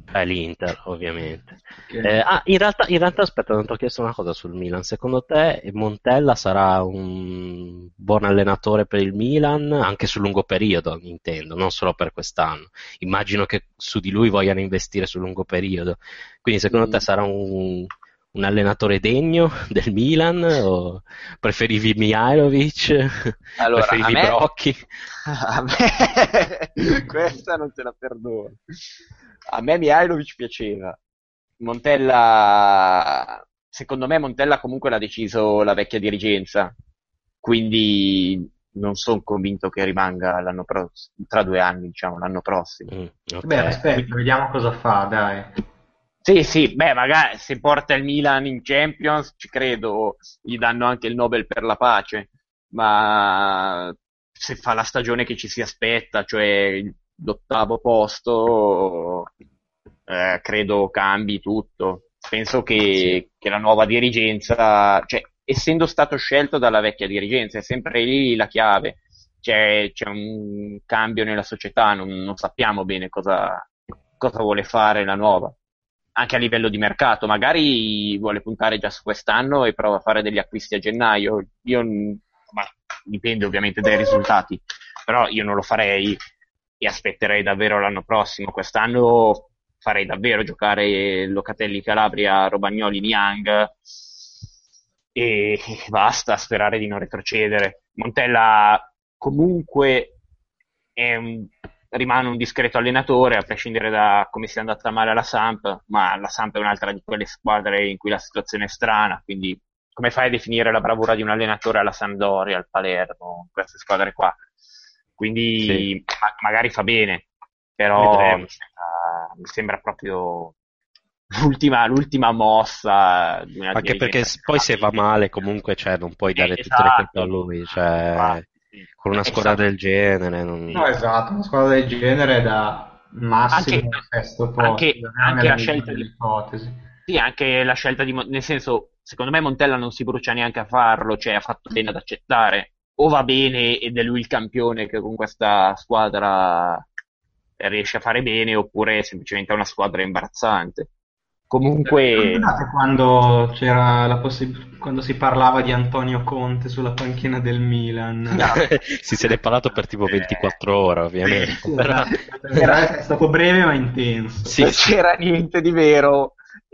È l'Inter, ovviamente. Che- Eh, ah, in realtà, in realtà, aspetta, non ti ho chiesto una cosa sul Milan. Secondo te Montella sarà un buon allenatore per il Milan, anche sul lungo periodo, intendo, non solo per quest'anno. Immagino che su di lui vogliano investire sul lungo periodo. Quindi secondo te Mm. sarà un, un allenatore degno del Milan? O preferivi Mihajlovic? Allora, a Preferivi me, Brocchi? a me questa non te la perdono. A me Mihajlovic piaceva. Montella, secondo me Montella comunque l'ha deciso la vecchia dirigenza, quindi non sono convinto che rimanga l'anno prossimo, tra due anni, diciamo, l'anno prossimo. Mm, Beh, ok. aspetta, vediamo cosa fa, dai. Sì, sì, beh, magari se porta il Milan in Champions, ci credo, gli danno anche il Nobel per la pace, ma se fa la stagione che ci si aspetta, cioè il- l'ottavo posto, eh, credo cambi tutto. Penso Sì, che, che la nuova dirigenza, cioè, essendo stato scelto dalla vecchia dirigenza, è sempre lì la chiave. C'è, c'è un cambio nella società, non, non sappiamo bene cosa, cosa vuole fare la nuova anche a livello di mercato, magari vuole puntare già su quest'anno e prova a fare degli acquisti a gennaio. Io, ma dipende ovviamente dai risultati, però io non lo farei e aspetterei davvero l'anno prossimo. Quest'anno farei davvero giocare Locatelli, Calabria, Robagnoli, Niang e basta, sperare di non retrocedere. Montella comunque è un- rimane un discreto allenatore, a prescindere da come sia andata male alla Samp, ma la Samp è un'altra di quelle squadre in cui la situazione è strana, quindi come fai a definire la bravura di un allenatore alla Sampdoria, al Palermo, queste squadre qua? sì, Quindi ma- magari fa bene, però mi vedremo. sembra, mi sembra proprio l'ultima, l'ultima mossa di una Anche perché dirigenza s- poi se va stabile. male comunque cioè, non puoi Eh, dare tutte le colpe a esatto, lui, cioè, infatti, sì. con una E squadra sa- del genere sì. No, non... esatto, una squadra del genere da Anche, massimo sesto posto, anche, davvero anche nella la migliore scelta delle di, ipotesi. sì, anche la scelta di, Mo- nel senso, secondo me Montella non si brucia neanche a farlo, cioè ha fatto bene ad accettare. O va bene ed è lui il campione che con questa squadra riesce a fare bene, oppure semplicemente è una squadra imbarazzante. Vi Comunque, ricordate quando c'era la possib- quando si parlava di Antonio Conte sulla panchina del Milan? no, Sì, se ne è parlato per tipo eh, ventiquattro ore, sì, ovviamente, Sì, però... esatto. era, Era- È stato breve ma intenso. Sì, non sì, c'era niente di vero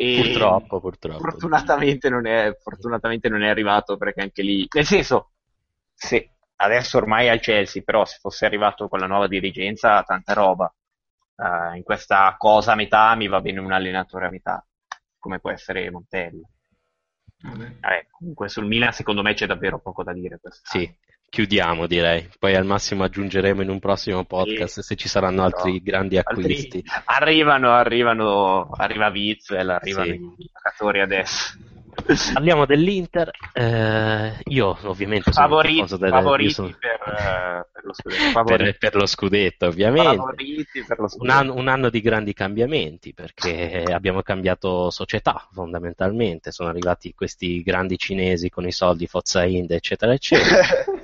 e purtroppo, purtroppo. fortunatamente non è, fortunatamente non è arrivato perché anche lì, nel senso, se adesso ormai è al Chelsea, però se fosse arrivato con la nuova dirigenza, tanta roba. Eh, in questa cosa a metà mi va bene un allenatore a metà, come può essere Montella. Vabbè. Vabbè, comunque sul Milan secondo me c'è davvero poco da dire Sì, quest'anno. chiudiamo direi, poi al massimo aggiungeremo in un prossimo Sì, podcast se ci saranno però altri grandi altri acquisti. arrivano, arrivano, arriva Witzel, arrivano Sì. i giocatori adesso. Parliamo dell'Inter, eh, io ovviamente sono un tifoso Favoriti, del... Io favoriti sono... per, eh, per lo scudetto, per, favoriti, per lo scudetto, ovviamente. favoriti per lo Un anno, scudetto. un anno di grandi cambiamenti perché abbiamo cambiato società fondamentalmente, sono arrivati questi grandi cinesi con i soldi, Forza India, eccetera, eccetera.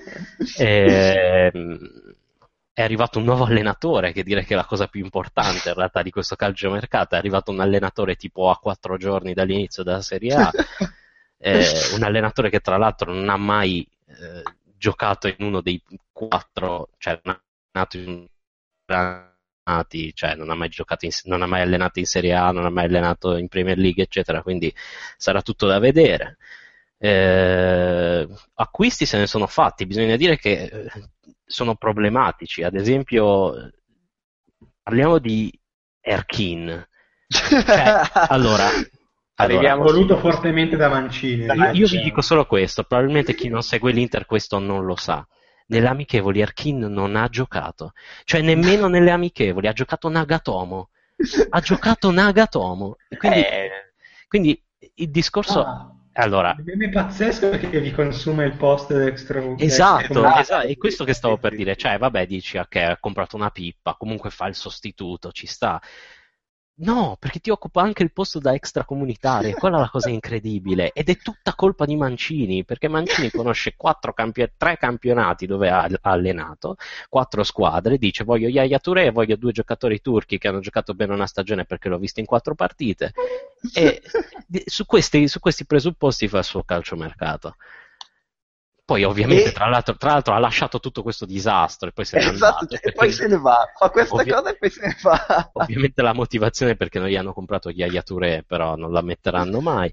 Ehm, è arrivato un nuovo allenatore, che direi che è la cosa più importante in realtà di questo calciomercato. È arrivato un allenatore tipo a quattro giorni dall'inizio della Serie A, eh, un allenatore che tra l'altro non ha mai eh, giocato in uno dei quattro, cioè non è nato in campionati, cioè non ha mai giocato in- non ha mai allenato in Serie A, non ha mai allenato in Premier League, eccetera, quindi sarà tutto da vedere. Eh, acquisti se ne sono fatti, bisogna dire che eh, sono problematici. Ad esempio, parliamo di Erkin. Cioè, allora, allora, Arriviamo Voluto subito. fortemente da Mancini, Da io, io vi ricordiamo. dico Mancini. solo questo, probabilmente chi non segue l'Inter questo non lo sa. Nelle amichevoli Erkin non ha giocato, cioè nemmeno nelle amichevoli, ha giocato Nagatomo. Ha giocato Nagatomo. E Quindi, Eh, quindi il discorso... Ah, Allora, il meme pazzesco è che vi consuma il post extra, esatto, extra esatto, esatto, è sì, questo che stavo sì, per sì, dire, sì. cioè vabbè dici ok ha comprato una pippa, comunque fa il sostituto, ci sta, No, perché ti occupa anche il posto da extracomunitario, quella è la cosa incredibile. Ed è tutta colpa di Mancini, perché Mancini conosce quattro campio- tre campionati dove ha ha allenato, quattro squadre, dice voglio Yaya Touré e voglio due giocatori turchi che hanno giocato bene una stagione perché l'ho visto in quattro partite, e di- su questi, su questi presupposti fa il suo calciomercato. Poi ovviamente, E tra l'altro, tra l'altro, ha lasciato tutto questo disastro e poi se n'è esatto, andato, cioè, e poi perché se ne va, fa questa ovvia- cosa e poi se ne va. ovviamente la motivazione è perché non gli hanno comprato Yaya Touré, però non la metteranno mai.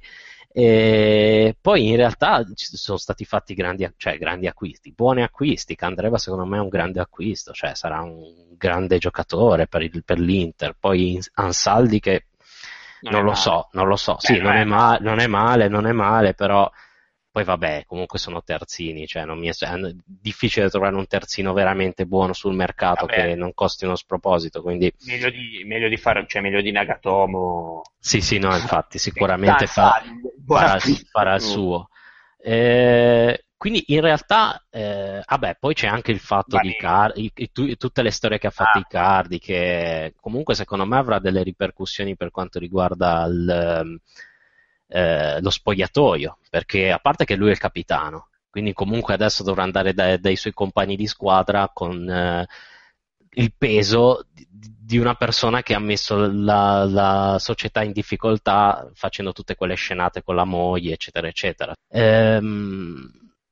E poi in realtà ci sono stati fatti grandi, cioè, grandi acquisti, buoni acquisti. Candreva secondo me è un grande acquisto, cioè sarà un grande giocatore per, il- per l'Inter. Poi Ansaldi che Non è non lo male. so, non lo so, Beh, sì, non non è, è ma- male. non è male, non è male, però poi vabbè, comunque sono terzini, cioè non mi è, è difficile trovare un terzino veramente buono sul mercato Vabbè, che non costi uno sproposito, quindi meglio di, meglio di fare, cioè meglio di Nagatomo. sì, sì, no, infatti, Dai, sicuramente fa- sai, buon farà, il acquisto farà il comunque. suo. Eh, quindi in realtà, eh, vabbè, poi c'è anche il fatto di Banega. Icardi, i- tu- tutte le storie che ha fatto Ah, Icardi, che comunque secondo me avrà delle ripercussioni per quanto riguarda il, ehm, eh, lo spogliatoio, perché a parte che lui è il capitano, quindi comunque adesso dovrà andare dai, dai suoi compagni di squadra con eh, il peso di, di una persona che ha messo la, la società in difficoltà facendo tutte quelle scenate con la moglie, eccetera, eccetera. Ehm,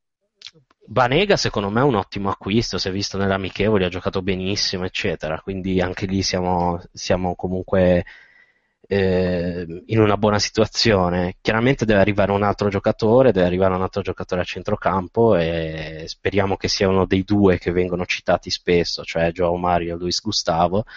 Banega secondo me è un ottimo acquisto, si è visto nelle amichevoli, ha giocato benissimo, eccetera, quindi anche lì siamo, siamo comunque eh, in una buona situazione. Chiaramente deve arrivare un altro giocatore, deve arrivare un altro giocatore a centrocampo e speriamo che sia uno dei due che vengono citati spesso, cioè Joao Mario e Luis Gustavo,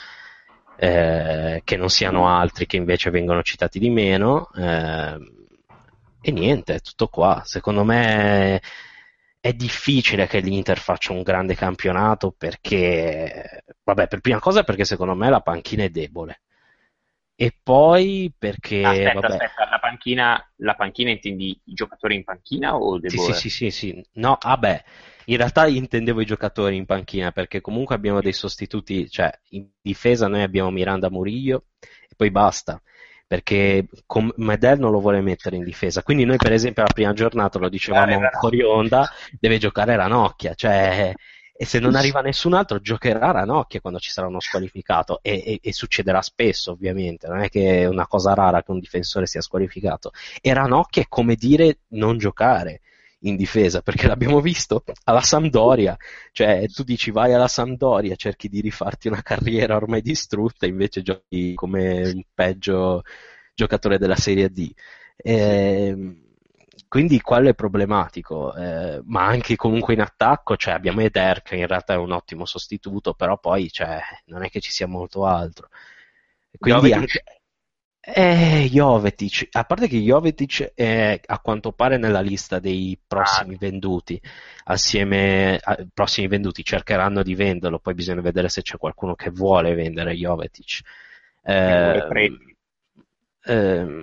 eh, che non siano altri che invece vengono citati di meno. Eh, e niente, è tutto qua. Secondo me è difficile che l'Inter faccia un grande campionato perché, vabbè, per prima cosa perché secondo me la panchina è debole. E poi perché, aspetta, vabbè, aspetta, la panchina, la panchina intendi i giocatori in panchina o De sì, sì, Boer? sì, sì, sì, no, vabbè, in realtà intendevo i giocatori in panchina perché comunque abbiamo dei sostituti, cioè in difesa noi abbiamo Miranda Murillo e poi basta, perché com- Medel non lo vuole mettere in difesa, quindi noi per esempio la prima giornata, lo dicevamo fuori onda, deve giocare Ranocchia, cioè, e se non arriva nessun altro giocherà Ranocchia quando ci sarà uno squalificato e, e- e succederà spesso ovviamente, non è che è una cosa rara che un difensore sia squalificato, e Ranocchia è come dire non giocare in difesa, perché l'abbiamo visto alla Sampdoria, cioè tu dici vai alla Sampdoria, cerchi di rifarti una carriera ormai distrutta, invece giochi come un peggio giocatore della Serie D. Ehm, quindi quello è problematico, eh, ma anche comunque in attacco, cioè abbiamo Eder che in realtà è un ottimo sostituto, però poi cioè, non è che ci sia molto altro. Quindi Jovetic? anche eh, Jovetic, a parte che Jovetic è a quanto pare nella lista dei Ah, prossimi venduti, assieme ai prossimi venduti cercheranno di venderlo, poi bisogna vedere se c'è qualcuno che vuole vendere Jovetic. che lo vuole Ehm, prendere. ehm,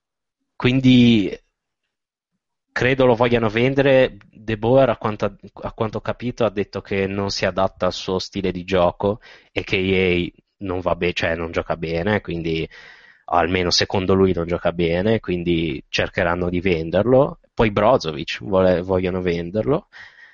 quindi credo lo vogliano vendere. De Boer, a quanto, a quanto ho capito, ha detto che non si adatta al suo stile di gioco e che E A non va bene, cioè non gioca bene, quindi o almeno secondo lui non gioca bene, quindi cercheranno di venderlo. Poi Brozovic vuole- vogliono venderlo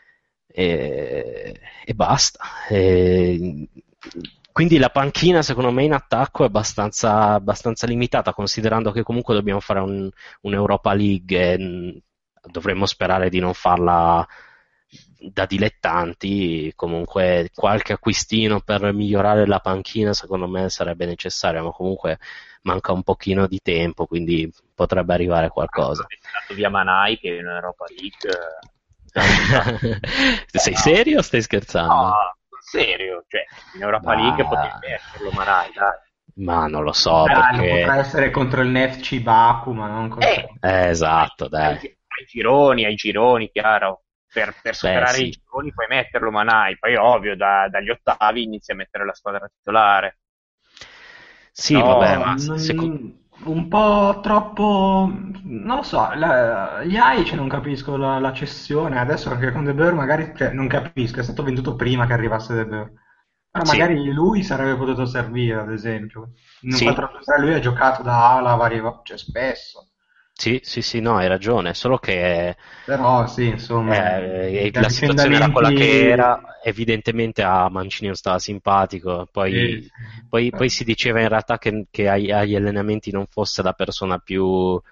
e, e basta. E, quindi la panchina, secondo me, in attacco è abbastanza, abbastanza limitata, considerando che comunque dobbiamo fare un, un'Europa League e mh, dovremmo sperare di non farla da dilettanti. Comunque qualche acquistino per migliorare la panchina, secondo me, sarebbe necessario, ma comunque manca un pochino di tempo, quindi potrebbe arrivare Cazzo, qualcosa. avete dato via Manai che in Europa League eh, l'ha comprato. Sei No, serio o stai scherzando? no, sul serio, cioè, in Europa League potevi Ma, metterlo Manai, dai. ma non lo so Dai, non perché... potrà essere contro il Neftchi Baku, ma non contro... Eh, Eh, ai, esatto, ai, dai. ai gironi, ai gironi, chiaro. Per, per Beh, superare i sì. gironi puoi metterlo Manai, poi ovvio da- dagli ottavi inizi a mettere la squadra titolare. Sì, vabbè, Però No, ma secondo... non- un po' troppo, non lo so, la- gli A I C non capisco la, la cessione adesso perché con De Boer magari, cioè, non capisco, è stato venduto prima che arrivasse De Boer. Però Sì, magari lui sarebbe potuto servire, ad esempio. In un sì, quattro due tre lui ha giocato da ala varie volte, cioè spesso. sì, sì, sì, no, hai ragione, solo che Però sì, insomma, eh, gli la situazione era quella che avvicendamenti... era, evidentemente a Mancini non stava simpatico, Sì, poi, sì. poi- poi Beh, si diceva in realtà che, che ai- agli allenamenti non fosse la persona più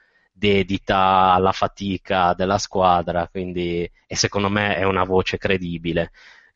dedita alla fatica della squadra, quindi, e secondo me è una voce credibile,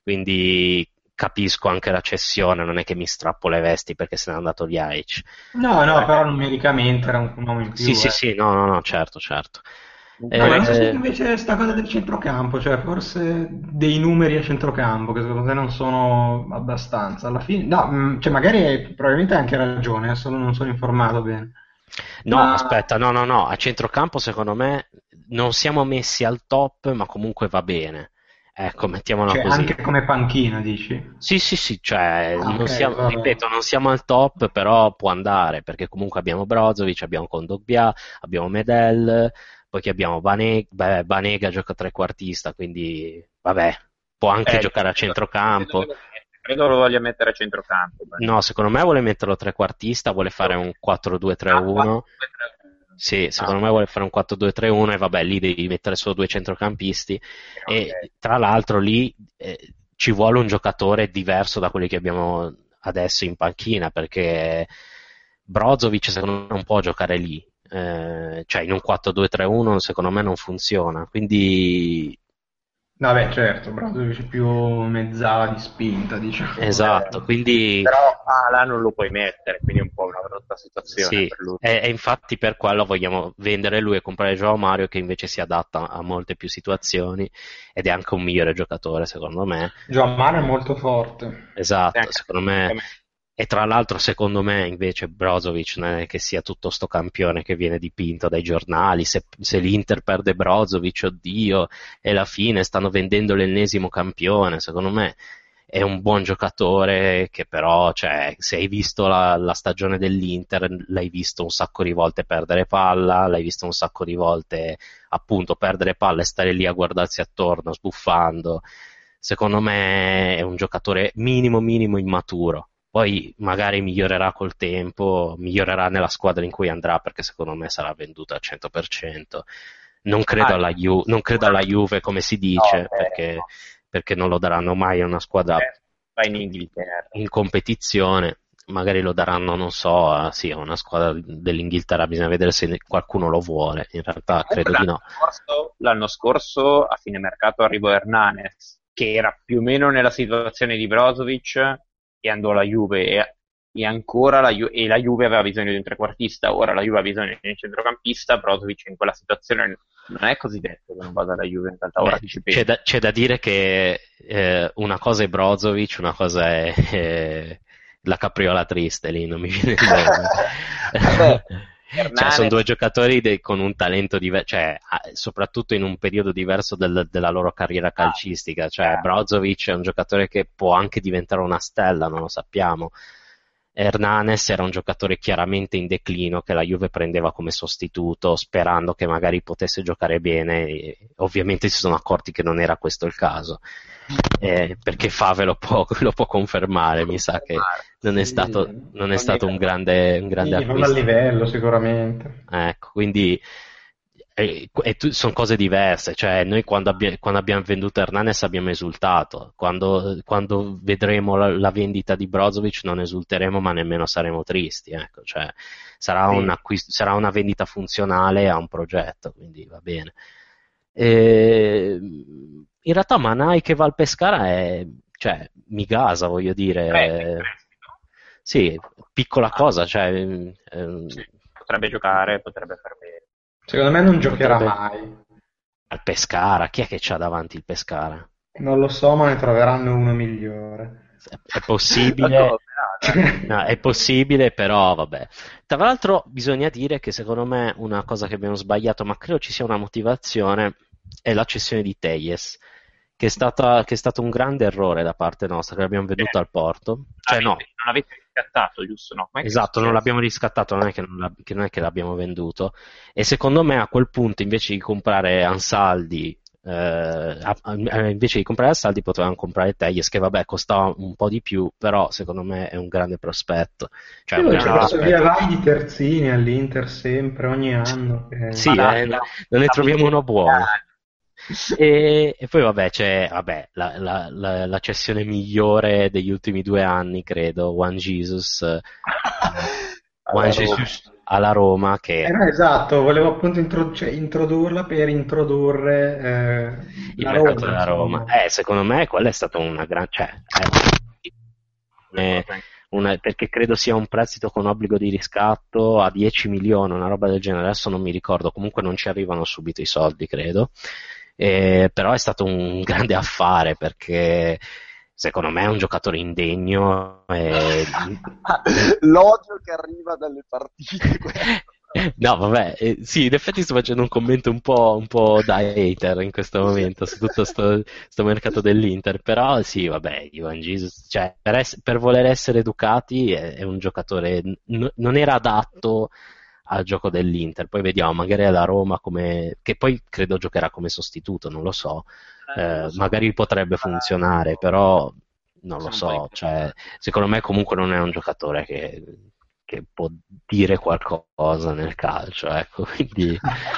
quindi capisco anche la cessione, non è che mi strappo le vesti perché se n'è andato Ljajic. no, no, Eh, però numericamente era un, un uomo in Sì, più, sì, eh. sì, no, no, no, certo, certo. No, ma non so se Eh, invece sta cosa del centrocampo, cioè forse dei numeri a centrocampo, che secondo te non sono abbastanza. Alla fine, no, mh, cioè magari hai- probabilmente hai anche ragione, eh, solo non sono informato bene. No, Ma aspetta, no, no, no, a centrocampo secondo me non siamo messi al top, ma comunque va bene. Ecco, mettiamola cioè, così. anche come panchina, dici? Sì, sì, sì, cioè, Ah, non ok, siamo, vabbè. ripeto, non siamo al top, però può andare, perché comunque abbiamo Brozovic, abbiamo Kondogbia, abbiamo Medel, poi che abbiamo Bane- beh, Banega gioca trequartista, quindi vabbè, può anche eh, giocare a credo, credo che centrocampo. lo credo lo voglia mettere a centrocampo. No, Banega. secondo me vuole metterlo trequartista, vuole fare un Ah, quattro due tre uno. quattro due tre uno. Sì, Ah, secondo me vuole fare un quattro due tre uno e vabbè, lì devi mettere solo due centrocampisti e ok. tra l'altro lì eh, ci vuole un giocatore diverso da quelli che abbiamo adesso in panchina perché Brozovic secondo me non può giocare lì, eh, cioè in un quattro due tre uno secondo me non funziona, quindi Vabbè, certo, Brozovic è più mezzala di spinta, diciamo. esatto, Eh, quindi però Ala non lo puoi mettere, quindi è un po' una brutta situazione sì, per lui. e, e infatti per quello vogliamo vendere lui e comprare Joao Mario che invece si adatta a molte più situazioni ed è anche un migliore giocatore secondo me. Giammare è Eh, molto forte. Sì, esatto, anche, secondo anche me a me. e tra l'altro secondo me invece Brozovic non è che sia tutto sto campione che viene dipinto dai giornali, se, se l'Inter perde Brozovic, oddio, è la fine, stanno vendendo l'ennesimo campione, secondo me è un buon giocatore che però, cioè, se hai visto la, la stagione dell'Inter, l'hai visto un sacco di volte perdere palla, l'hai visto un sacco di volte appunto perdere palla e stare lì a guardarsi attorno, sbuffando. Secondo me è un giocatore minimo minimo immaturo. Poi magari migliorerà col tempo, migliorerà nella squadra in cui andrà perché secondo me sarà venduto al cento per cento. Non credo Ah, alla, Ju- non credo alla sicuramente. Juve come si No, dice eh, perché, no. perché non lo daranno mai a una squadra Eh, va in Inghilterra. in competizione. Magari lo daranno, non so, a, sì, a una squadra dell'Inghilterra, bisogna vedere se qualcuno lo vuole. In realtà Comunque credo di l'anno no. scorso, l'anno scorso, a fine mercato arrivò Hernanes, che era più o meno nella situazione di Brozovic e andò alla Juve e, e ancora la, Ju- e la Juve aveva bisogno di un trequartista, ora la Juve ha bisogno di un centrocampista, Brozovic in quella situazione non è così detto che non vada alla Juve in realtà, ora Beh, che ci c'è penso. da, c'è da dire che eh, una cosa è Brozovic, una cosa è eh, la capriola triste, lì non mi viene il nome. Vabbè, Cioè, sono due Hernanes, giocatori de- con un talento diverso, cioè, ah, soprattutto in un periodo diverso del- della loro carriera ah, calcistica. Cioè, chiaro. Brozovic è un giocatore che può anche diventare una stella, non lo sappiamo. Hernanes era un giocatore chiaramente in declino che la Juve prendeva come sostituto sperando che magari potesse giocare bene e ovviamente si sono accorti che non era questo il caso eh, perché Fave lo può, lo può confermare, mi sa che non è Sì, stato, non è Non mi stato un grande, un grande sì, non a acquisto. livello sicuramente. Ecco, quindi eh, e tu- sono cose diverse, cioè noi quando, abbia- quando abbiamo venduto Hernanes abbiamo esultato, quando, quando vedremo la, la vendita di Brozovic non esulteremo ma nemmeno saremo tristi, ecco, cioè sarà un Sì. acquisto- sarà una vendita funzionale a un progetto, quindi va bene. E, in realtà Manai che va al Pescara è, cioè, mi gasa, voglio prende in dire, prestito. sì, piccola Ah, cosa, cioè, ehm, sì, potrebbe giocare, potrebbe far bene. Secondo me non giocherà potrebbe mai. al Pescara, chi è che c'ha davanti il Pescara? Non lo so, ma ne troveranno uno migliore. È è La tua possibile, operata. no, è possibile, però vabbè. Tra l'altro bisogna dire che secondo me una cosa che abbiamo sbagliato, ma credo ci sia una motivazione, è la cessione di Teyes, che è stata, che è stato un grande errore da parte nostra, che l'abbiamo Cioè, venduto al Porto. non Cioè avete, no, non avete riscattato, giusto? No, com'è che è esatto, non successo? l'abbiamo riscattato, non è che non, l'ab- che non è che l'abbiamo venduto. E secondo me a quel punto, invece di comprare Ansaldi eh, a- a- invece di comprare Assaldi potevano comprare Tejes, che vabbè costava un po' di più, però secondo me è un grande prospetto, cioè E un lui grande c'è No, questo via prospetto. vai di terzini all'Inter sempre, ogni anno. ma Che... Sì, la, eh, no- la, non ne la troviamo uno buono. visibilità- E, e poi vabbè c'è vabbè, la, la- la- la cessione migliore degli ultimi due anni, credo, One Jesus, eh, One alla Roma. Jesus alla Roma, Eh, che no, esatto, volevo appunto intro- cioè, introdurla per introdurre eh, il la mercato Roma, della Roma, insomma. eh, secondo me quella è stata una gran, cioè, Le è cose- una- perché credo sia un prestito con obbligo di riscatto a dieci milioni, una roba del genere, adesso non mi ricordo, comunque non ci arrivano subito i soldi, credo. Eh, però è stato un grande affare perché secondo me è un giocatore indegno e... L'odio che arriva dalle partite. No, vabbè, eh, sì, in effetti sto facendo un commento un po', un po' da hater in questo momento su tutto sto, sto mercato dell'Inter, però sì, vabbè, Ivan Jesus, cioè, per, ess- per voler essere Ducati è, è un giocatore, n- non era adatto al gioco dell'Inter, poi vediamo, magari alla Roma come, che poi credo giocherà come sostituto, non lo so, Eh, non eh, lo so. magari potrebbe funzionare, però non lo Sono un po' so, cioè, impressionato. secondo me comunque non è un giocatore che, che può dire qualcosa nel calcio, ecco, quindi...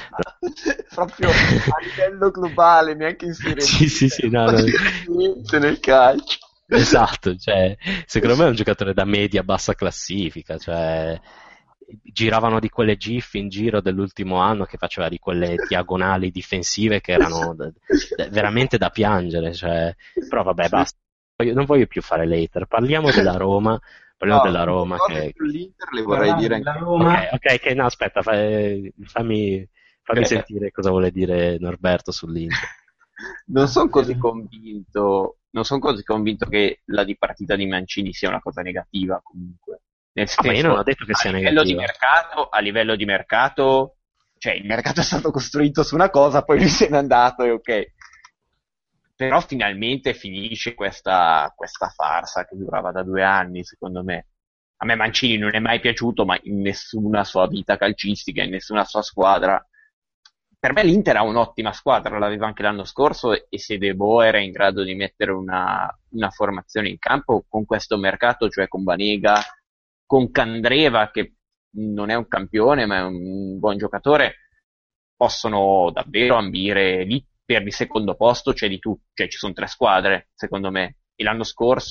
Proprio a livello globale, neanche in Serie Sì, B, sì, cioè, sì, non no, può no. dire niente nel calcio. Esatto, cioè, secondo me è un giocatore da media bassa classifica, cioè, giravano di quelle GIF in giro dell'ultimo anno che faceva di quelle diagonali difensive che erano da- da- veramente da piangere, cioè, però vabbè, Sì. basta. Voglio- non voglio più fare l'hater, parliamo della Roma, parliamo No, della due Roma cose che... sull'Inter le vorrei Parlando dire della anche. Ok, Roma, ok, che no, aspetta, fa- fammi, fammi Ok. sentire cosa vuole dire Norberto sull'Inter. Non sono così del- convinto, non sono così convinto che la dipartita di Mancini sia una cosa negativa comunque. Nel Ah, ma io non ho senso, detto che a sia livello di negativa. mercato, a livello di mercato, cioè il mercato è stato costruito su una cosa, poi lui se n'è andato e ok. Però finalmente finisce questa, questa farsa che durava da due anni, secondo me. A me Mancini non è mai piaciuto, ma in nessuna sua vita calcistica, in nessuna sua squadra. Per me l'Inter ha un'ottima squadra, l'aveva anche l'anno scorso e se De Boer era in grado di mettere una, una formazione in campo con questo mercato, cioè con Banega, con Candreva che non è un campione ma è un buon giocatore, possono davvero ambire lì per il secondo posto, c'è di tutto, cioè ci sono tre squadre secondo me. E l'anno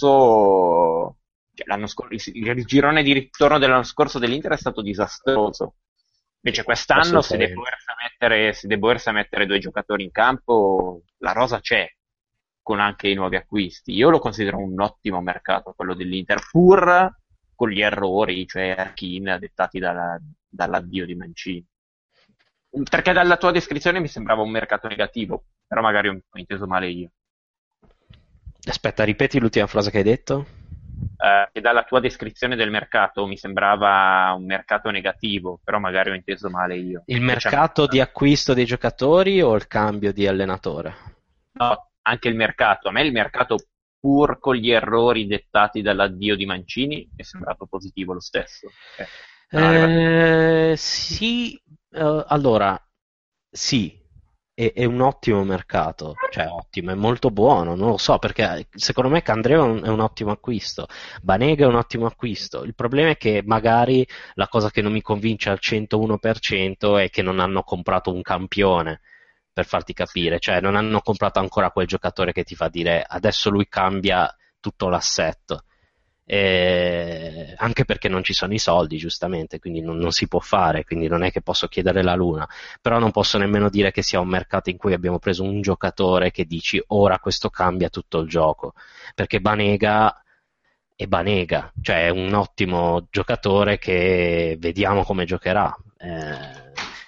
scorso, cioè, l'anno scor- il, il girone di ritorno dell'anno scorso dell'Inter è stato disastroso. Invece quest'anno se De Assolutamente. Boer sa mettere, se De Boer sa mettere due giocatori in campo, la rosa c'è, con anche i nuovi acquisti. Io lo considero un ottimo mercato quello dell'Inter, pur con gli errori, cioè Arkin, dettati dalla- dall'addio di Mancini. Perché dalla tua descrizione mi sembrava un mercato negativo, però magari ho ho inteso male io. Aspetta, ripeti l'ultima frase che hai detto? Eh, che dalla tua descrizione del mercato mi sembrava un mercato negativo, però magari ho inteso male io. Il Che c'hanno mercato di acquisto dei giocatori o il cambio di allenatore? no, anche il mercato. A me il mercato, pur con gli errori dettati dall'addio di Mancini, mi è sembrato positivo lo stesso. Eh, sono arrivati- Eh, sì, eh, allora, sì, è, è un ottimo mercato, cioè ottimo, è molto buono, non lo so, perché secondo me Candreva è un, è un ottimo acquisto, Banega è un ottimo acquisto, il problema è che magari la cosa che non mi convince al centouno per cento è che non hanno comprato un campione, per farti capire, cioè non hanno comprato ancora quel giocatore che ti fa dire adesso lui cambia tutto l'assetto. Eh, anche perché non ci sono i soldi, giustamente, quindi non, non si può fare, quindi non è che posso chiedere la luna, però non posso nemmeno dire che sia un mercato in cui abbiamo preso un giocatore che dici ora questo cambia tutto il gioco, perché Banega è Banega, cioè è un ottimo giocatore che vediamo come giocherà. Eh,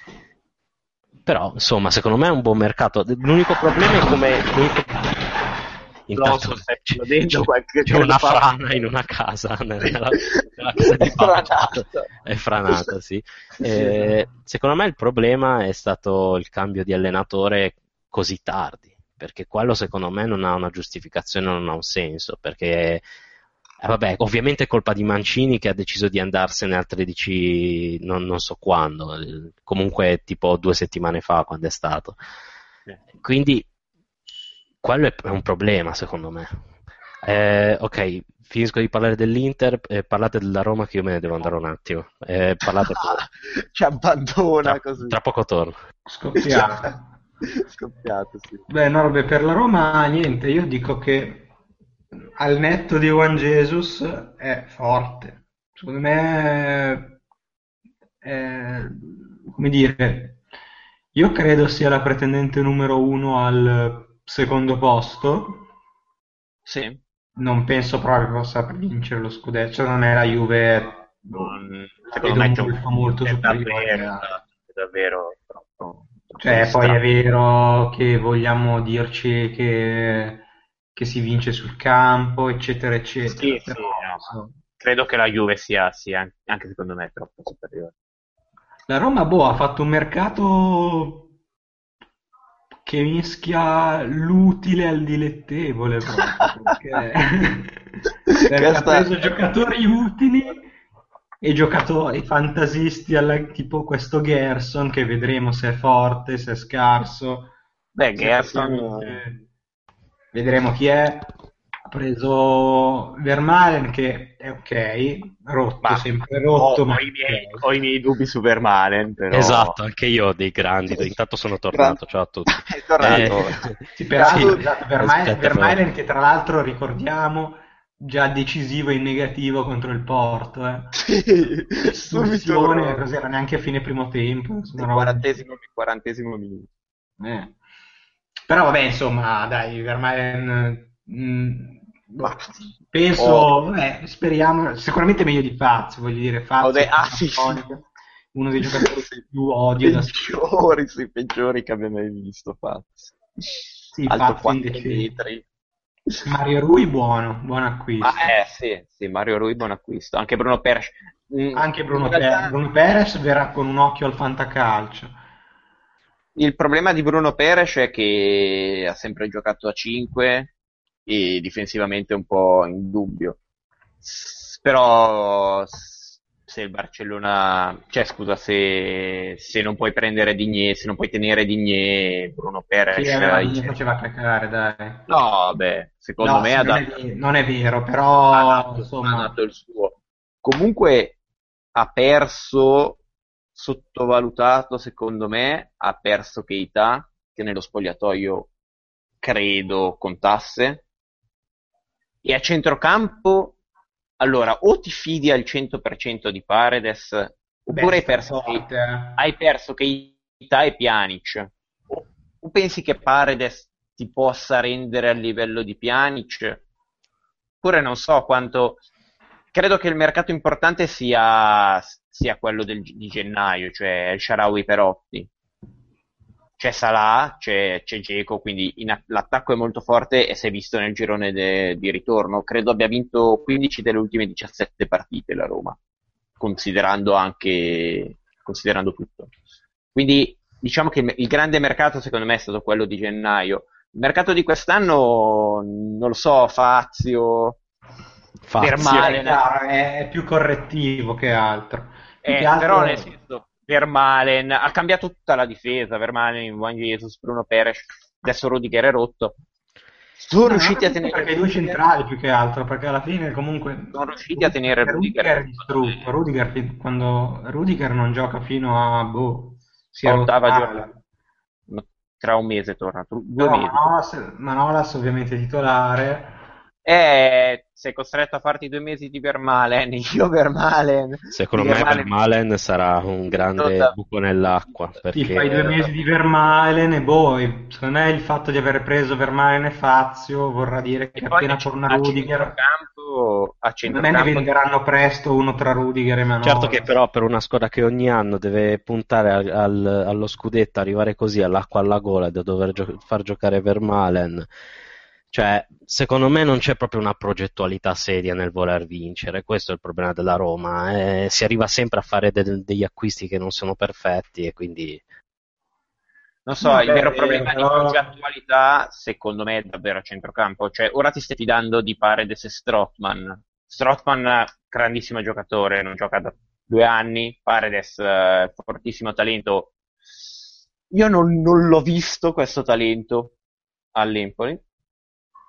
però, insomma, secondo me è un buon mercato. L'unico problema è come... l'unico- No, Intanto stai c'è, esplodendo c'è- qualche c'è una credo fa- frana in una casa, nella, nella casa È di Baggio. franata. È franata, sì. Sì, Eh, esatto. secondo me il problema è stato il cambio di allenatore così tardi, perché quello secondo me non ha una giustificazione, non ha un senso, perché eh, vabbè, ovviamente è colpa di Mancini che ha deciso di andarsene al tredici, non, non so quando, eh, comunque tipo due settimane fa quando è stato. Sì. Quindi quello è è un problema, secondo me. Eh, ok, finisco di parlare dell'Inter e parlate della Roma che io me ne devo andare un attimo. Eh, parlate pure. Ci abbandona Tra, così. tra poco torno. Scoppiata. Scoppiato, sì. Beh, no, vabbè, per la Roma niente, io dico che al netto di Juan Jesus è forte. Secondo me, è, come dire, io credo sia la pretendente numero uno al secondo posto. Sì. Non penso proprio che possa vincere lo scudetto, cioè non è la Juve, boh, Non- la secondo vedo me gioca molto molto è superiore davvero, a... è davvero troppo, troppo Cioè, poi è distratto. vero che vogliamo dirci che, che si vince sul campo, eccetera, eccetera, Sì, però sì, no, ma insomma, credo che la Juve sia, sia anche secondo me troppo superiore. la Roma, boh, ha fatto un mercato che mischia l'utile al dilettevole proprio, perché, perché ha Questa preso giocatori utili e giocatori fantasisti, alla- tipo questo Gerson, che vedremo se è forte, se è scarso, beh, se Gerson. effettivamente vedremo chi è. Ha preso Vermaelen che è ok, rotto, Ma sempre ho, rotto, ma ho è i miei, ok. ho i miei dubbi su Vermaelen, però. Esatto, anche io ho dei grandi. Intanto sono Gran- tornato, ciao a tutti. È Eh, tornato. Sì, Ciao a sì, peraltro, tutti. esatto, Verma- aspetta però. Vermaelen che tra l'altro ricordiamo già decisivo in negativo contro il Porto, eh. Sì, subito Espulsione, proprio. cos'era neanche a fine primo tempo, insomma, Nel una roba del quarantesimo, quarantesimo minuto. genere. Eh. Però vabbè, insomma, dai, Vermaelen, mh, Ma boh, ho, penso, vabbè, speriamo, sicuramente meglio di Fazio, voglio dire, ho Fazio dei. è Ah, sì, sì. Panatonica, uno dei giocatori che Sì. più odio da sempre. Peggiori, sì, peggiori che abbia mai visto. Fazio. Sì, Alto Fazio quattro invece, metri. Mario Rui buono, buon Ma acquisto. eh sì, sì, Mario Rui buon acquisto. Anche Bruno Peres. Mm, Anche In Bruno, Pe- realtà Bruno Perez verrà con un occhio al fantacalcio. il problema di Bruno Peres è che ha sempre giocato a cinque e difensivamente è un po' in dubbio. S- Però s- se il Barcellona, cioè scusa, se, se non puoi prendere Digne, se non puoi tenere Digne, Bruno Sì, Peres vabbè, ma eh, non i mi centri- faceva cacare, dai. No, beh, secondo No, me sì, ha non è, dato, ve- non è vero, ha però dato, ha insomma, dato il suo. Comunque ha perso, sottovalutato secondo me, ha perso Keita, che nello spogliatoio credo contasse, e a centrocampo, allora, o ti fidi al cento per cento di Paredes, beh, oppure hai sta perso, Ke- forte, eh. hai perso Keita e Pjanic. O, o pensi che Paredes ti possa rendere a livello di Pjanic? Oppure non so quanto. Credo che il mercato importante sia, sia quello del- di gennaio, cioè il Shaarawy Perotti. C'è Salah, c'è, c'è Dzeko, quindi in a- l'attacco è molto forte e si è visto nel girone de- di ritorno. Credo abbia vinto quindici delle ultime diciassette partite la Roma, considerando anche, considerando tutto. Quindi diciamo che il il grande mercato secondo me è stato quello di gennaio. Il mercato di quest'anno, non lo so, Fazio, Fazio. Beh, è Vermaelen, chiaro, è, è più correttivo che altro. Più che eh, però nel altro, senso, Vermaelen ha cambiato tutta la difesa, Vermaelen, Juan Jesus, Bruno Peres, adesso Rudiger è rotto. Sono no, non ho riusciti a capito tenere perché i due Rudiger, centrali più che altro, perché alla fine comunque sono riusciti a Ru- tenere perché Rudiger, Rudiger che è secondo distrutto, me Rudiger fin- quando Rudiger non gioca fino a boh, si è rotto portava giù male. tra un mese torna, tru- due Però mesi. Manolas, Manolas ovviamente titolare. E sei costretto a farti due mesi di Vermaelen, io Vermaelen, di Secondo me Vermaelen Vermaelen sarà un dubito grande da- buco nell'acqua dubito Ti fai due perché dubito mesi di davvero. Vermaelen e boh, e secondo me il fatto di aver preso Vermaelen e Fazio vorrà dire E che poi a appena ce- torna a Rudiger, centrocampo, a secondo me ne centrocampo venderanno presto uno tra Rudiger e certo che Manolas. però per una squadra che ogni anno deve puntare al- al- allo scudetto, arrivare così all'acqua alla gola e da dover gio- far giocare Vermaelen, cioè secondo me non c'è proprio una progettualità seria nel voler vincere, questo è il problema della Roma, eh, si arriva sempre a fare de- degli acquisti che non sono perfetti e quindi Non so, No, il beh, è vero vero, problema di però progettualità, secondo me, è davvero a centrocampo. Cioè, ora ti stai fidando di Paredes e Strootman. Strootman, grandissimo giocatore, non gioca da due anni. Paredes, eh, fortissimo talento. Io non, non l'ho visto questo talento all'Empoli.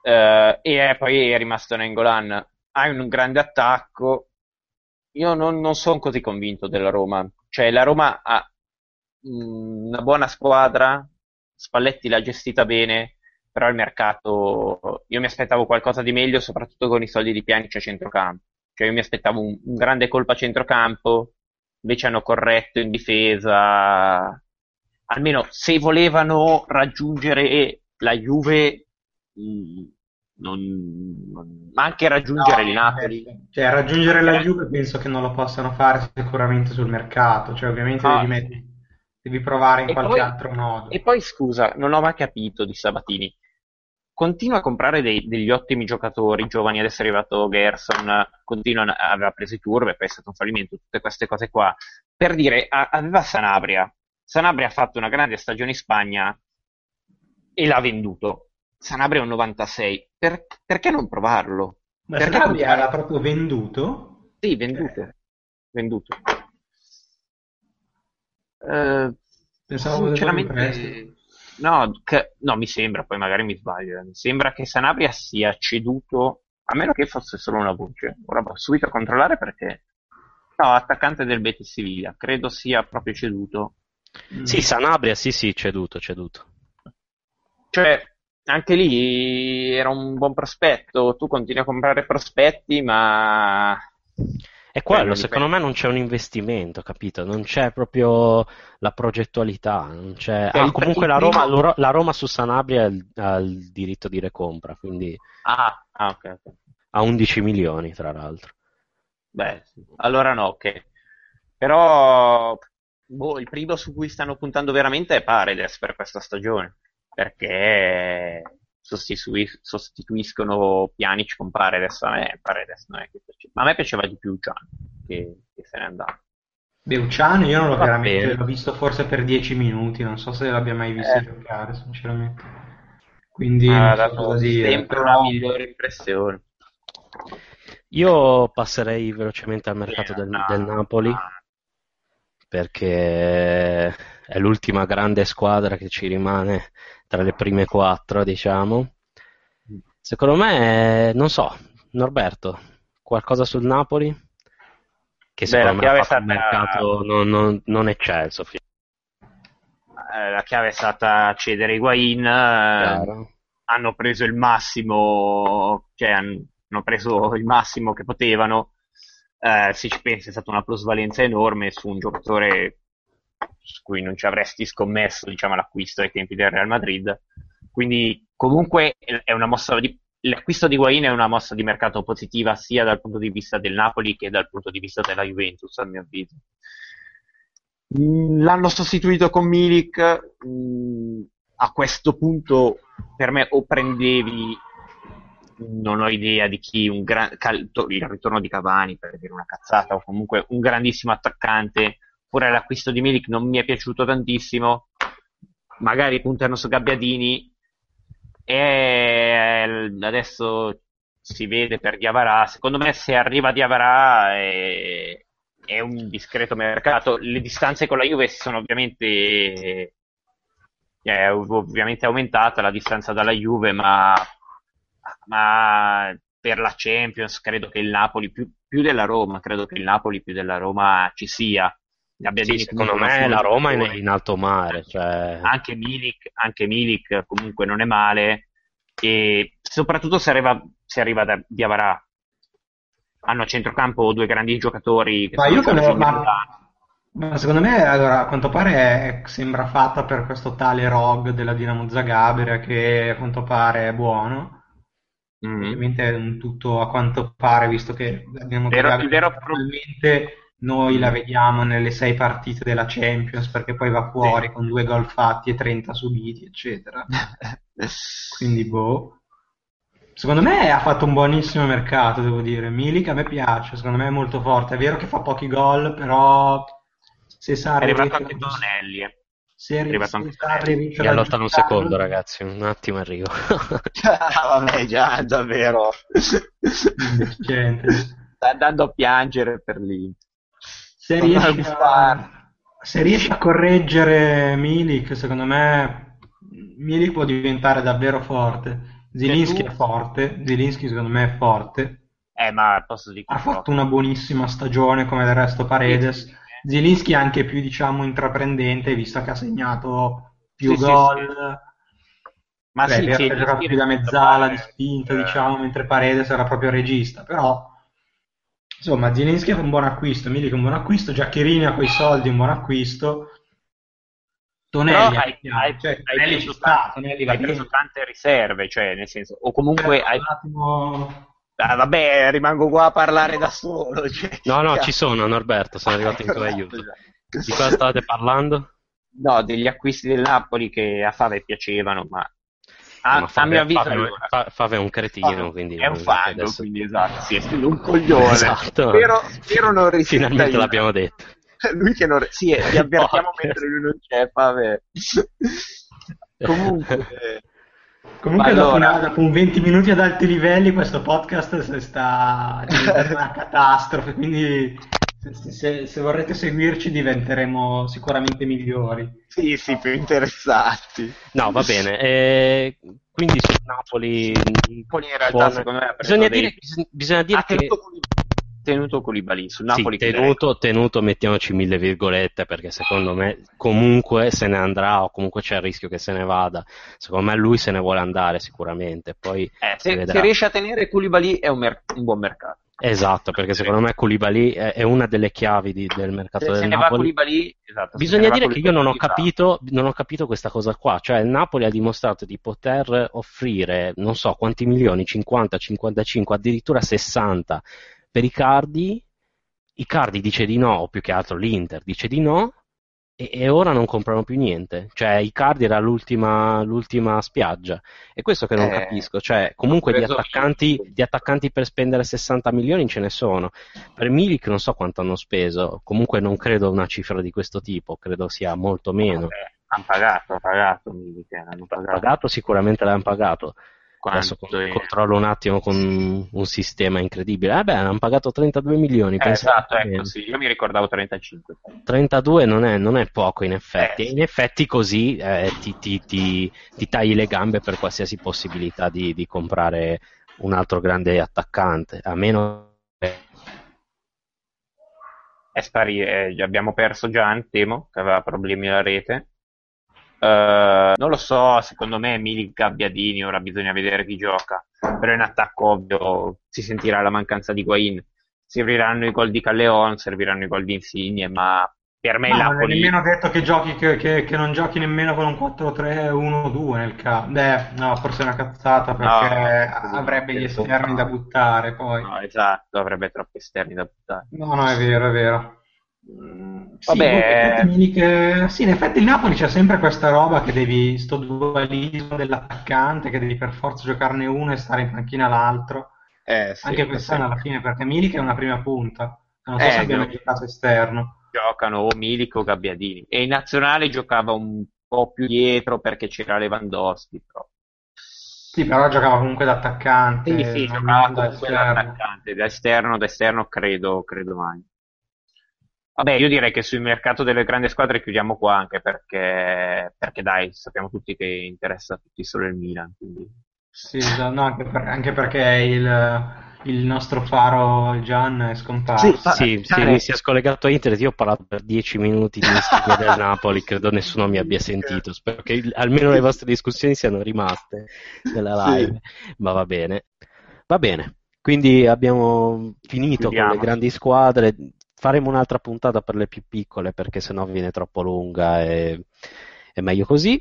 eh, e è- poi è rimasto Nainggolan. Hai un grande attacco. Io non, non sono così convinto della Roma. Cioè, la Roma ha mh, una buona squadra, Spalletti l'ha gestita bene, però il mercato, io mi aspettavo qualcosa di meglio, soprattutto con i soldi di Pjanic a centrocampo. Cioè, io mi aspettavo un, un grande colpo a centrocampo, invece hanno corretto in difesa. Almeno se volevano raggiungere la Juve, mh, non, non- ma anche raggiungere il No, Napoli. eh, cioè raggiungere Anche la ra- Juve penso che non lo possano fare sicuramente sul mercato, cioè ovviamente devi ah, met- devi provare in e qualche poi, altro e modo. poi scusa, non ho mai capito di Sabatini. Continua a comprare dei- degli ottimi giocatori giovani, adesso è arrivato Gerson, continua, a- aveva preso i turbe, poi è stato un fallimento, tutte queste cose qua. Per dire, a- aveva Sanabria. Sanabria ha fatto una grande stagione in Spagna e l'ha venduto. Sanabria è un novantasei. Per- perché non provarlo? Ma Perché Sanabria l'ha continuare? proprio venduto? Sì, Cioè, venduto. Venduto. Eh, pensavo fosse proprio in prestito. sinceramente, no, che- no, mi sembra, poi magari mi sbaglio. eh, Mi sembra che Sanabria sia ceduto, a meno che fosse solo una voce. Ora vado subito a controllare perché. No, attaccante del Betis Siviglia, credo sia proprio ceduto. Sì, Mm. Sanabria, sì, sì, ceduto, ceduto. Cioè, anche lì era un buon prospetto. Tu continui a comprare prospetti, ma È cioè, quello, non li secondo me non c'è un investimento, capito? Non c'è proprio la progettualità, non c'è. cioè, Ah, il, pr- comunque il la Roma, primo. l'Oro- la Roma su Sanabria ha il, ha il diritto di recompra, quindi Ah, ah, ok, ok. a undici milioni, tra l'altro. Beh, sì. Allora no, ok. Però boh, il primo su cui stanno puntando veramente è Paredes per questa stagione, perché sostituis- sostituiscono Pjanic con Paredes. A me Paredes non è che piace- ma a me piaceva di più Gian che, che se n'è andato. Beuciano io non l'ho Va veramente, bene. l'ho visto forse per dieci minuti, non so se l'abbia mai visto Eh, giocare, sinceramente. Quindi non ha so dato cosa dire, sempre una però migliore impressione. Io passerei velocemente al Sì, mercato del, del no, Napoli, perché è l'ultima grande squadra che ci rimane tra le prime quattro, diciamo. no. Secondo me, non so, Norberto, qualcosa sul Napoli? Che Beh, la secondo me ha chiave è fatto un stata mercato non, non, non eccelso, fi- Eh, la chiave è stata cedere Higuain, eh, chiaro. hanno preso il massimo, cioè han- hanno preso il massimo che potevano. Eh, se ci pensi è stata una plusvalenza enorme su un giocatore su cui non ci avresti scommesso, diciamo, l'acquisto ai tempi del Real Madrid. Quindi comunque è una mossa di, l'acquisto di Higuain è una mossa di mercato positiva sia dal punto di vista del Napoli che dal punto di vista della Juventus, a mio avviso. Mm, L'hanno sostituito con Milik. mm, A questo punto, per me, o prendevi, non ho idea di chi, un gran, cal- to- il ritorno di Cavani, per dire una cazzata, o comunque un grandissimo attaccante, oppure l'acquisto di Milik non mi è piaciuto tantissimo. Magari puntano su Gabbiadini e adesso si vede per Diavara. Secondo me, se arriva Diavara è, è un discreto mercato. Le distanze con la Juve si sono ovviamente, è ovviamente aumentata la distanza dalla Juve, ma, ma per la Champions credo che il Napoli più, più della Roma, credo che il Napoli più della Roma ci sia. Sì, Gabbiadini secondo comunque è un me ottimo la Roma è in, giocatore. in alto mare, cioè. Anche Milik, anche Milik comunque non è male. E soprattutto se arriva, se arriva da Diavara. Hanno a centrocampo due grandi giocatori che Ma sono io quello, Jorginho e ma, Lozano. ma secondo me, allora, a quanto pare è- sembra fatta per questo tale Rog della Dinamo Zagabria che a quanto pare è buono. Mhm. Ovviamente è un tutto a quanto pare, visto che la Dinamo Vero- il Zagabria vero pro- normalmente noi la Mhm. vediamo nelle sei partite della Champions perché poi va Sì. fuori con due gol fatti e trenta subiti, eccetera. Quindi, boh. Secondo me ha fatto un buonissimo mercato, devo dire. Milik a me piace, secondo me è molto forte. È vero che fa pochi gol, però se È Sarri arrivato riesce anche ad aggiust- Tonelli. eh. se, È ri- arrivato se anche Sarri Tonelli. riesce Mi ad allontano un secondo, aggiustarlo, ragazzi, un attimo arrivo. Ah, vabbè, già, davvero. indeficiente. Sta andando a piangere per lì. Se Torna a riesce gustare. a, se riesce a correggere Milik, secondo me Milik può diventare davvero forte. Zilinski tu? è forte, Zilinski secondo me è forte, Eh, ma posso dire ha che fatto gioca. una buonissima stagione come del resto Sì, sì, Paredes. sì. Zilinski è anche più, diciamo, intraprendente, visto che ha segnato più Sì, sì, sì. gol, Ma cioè è sì, vero che ha Zielinski giocato più da rispetto a mezzala, di Paredes, spinta, diciamo, eh, mentre Paredes era proprio regista, però insomma Zilinski è un buon acquisto, Milik è un buon acquisto, Giaccherini a quei soldi è un buon acquisto, però Tonelli a hai, me piace, hai- cioè hai Tonelli ci preso sta, tante, Tonelli va hai preso bene. tante riserve, cioè, nel senso, o comunque Aspetta hai... un attimo. Ah, vabbè, rimango qua a parlare da solo, cioè, No, che no, ci cazzo. sono, Norberto, sono Ah, arrivato in ecco, tuo esatto, aiuto. esatto. Di cosa stavate parlando? No, degli acquisti del Napoli che a Fave piacevano, ma No, ma a, a mio Fave, avviso Fave- allora, Fa- Fave è un Fave è cretino, un quindi è un non è che fango, adesso... quindi esatto, sì, essendo un coglione. Esatto, Spero, spero non risenta finalmente ira. l'abbiamo detto. Lui che non... Sì, eh, ti Il avvertiamo podcast. mentre lui non c'è, Fave. Comunque, Comunque dopo, allora... una- dopo un venti minuti ad alti livelli questo podcast si sta diventando una catastrofe, quindi se, se- se vorrete seguirci diventeremo sicuramente migliori. Sì, sì, più interessati. No, va bene. eh, quindi sul Napoli, mh, Napoli in realtà buona... secondo me ha preso Bisogna dei... dire, bis- bisogna dire Ha che tenuto Koulibaly, tenuto Koulibaly, sul sì, Napoli chiuderei con... tenuto, tenuto, mettiamoci mille virgolette, perché secondo me comunque se ne andrà o comunque c'è il rischio che se ne vada. Secondo me lui se ne vuole andare sicuramente, poi Eh, si se, se vedrà. riesce a tenere Koulibaly è un, mer- un buon mercato. Esatto, perché secondo me Koulibaly è, è una delle chiavi di- del mercato Se del se ne va Napoli. Koulibaly, esatto, se se ne Bisogna va dire che io non ho Koulibaly va. capito, non ho capito questa cosa qua, cioè il Napoli ha dimostrato di poter offrire, non so quanti milioni, cinquanta, cinquantacinque, addirittura sessanta per Icardi. Icardi dice di no, o più che altro l'Inter dice di no, e, e ora non comprano più niente. Cioè Icardi era l'ultima, l'ultima spiaggia. È questo che non Eh, capisco. Cioè, ha comunque di preso attaccanti, Milik. di attaccanti per spendere sessanta milioni ce ne sono. Per Milik non so quanto hanno speso, comunque non credo una cifra di questo tipo, credo sia molto meno. Hanno pagato, hanno pagato Milik, eh, hanno pagato. Pagato sicuramente l'hanno pagato. Adesso con- Quanto è? controllo un attimo con un sistema incredibile. Eh beh, hanno pagato trentadue milioni, Eh, pensate esatto, ecco, bene. sì, io mi ricordavo trentacinque. trentadue non è, non è poco in Eh, effetti, e sì. in effetti così eh, ti, ti- ti- ti tagli le gambe per qualsiasi possibilità di, di comprare un altro grande attaccante, a meno che... È sparire, eh, abbiamo perso Gian, temo, che aveva problemi alla rete. Eh, non lo so, secondo me Milik Gabbiadini, ora bisogna vedere chi gioca, però in attacco ovvio si sentirà la mancanza di Higuain, serviranno i gol di Calleon, serviranno i gol di Insigne, ma per me il Ma non è Napoli nemmeno detto che giochi, che, che- che non giochi nemmeno con un quattro tre uno due nel caso. Beh, no, forse è una cazzata perché no, credo di no, avrebbe gli credo esterni da proprio. buttare poi. No, esatto, avrebbe troppi esterni da buttare. No, no, è vero, è vero. Mm, sì, comunque in effetti, Vabbè, Milik- sì, in effetti il Napoli c'è sempre questa roba che devi, sto dualismo dell'attaccante, che devi per forza giocarne uno e stare in panchina l'altro. eh sì, Anche è quest'anno alla sempre. fine, perché Milik è una prima punta. Non so se Eh, abbia mai gio- giocato esterno. giocano o Milik o Gabbiadini. E in nazionale giocava un po' più dietro perché c'era Lewandowski, però. Sì, però giocava comunque da Sì, attaccante, sì, non, giocava non da comunque da esterno. attaccante, da esterno, da esterno credo, credo mai. Vabbè, io direi che sul mercato delle grandi squadre chiudiamo qua anche perché, perché dai, sappiamo tutti che interessa a tutti solo il Milan, quindi... Sì, esatto, no, anche, per- anche perché il, il nostro faro Gian è Sì, scomparso. fa- Sì, sì, mi Gianni, si è scollegato a internet, io ho parlato per dieci minuti di Insigne del Napoli, credo nessuno mi abbia sentito, spero che il- almeno le vostre discussioni siano rimaste nella sì, live, ma va bene. Va bene, quindi abbiamo finito con le chiudiamo. grandi squadre, faremo un'altra puntata per le più piccole perché sennò viene troppo lunga e è meglio così.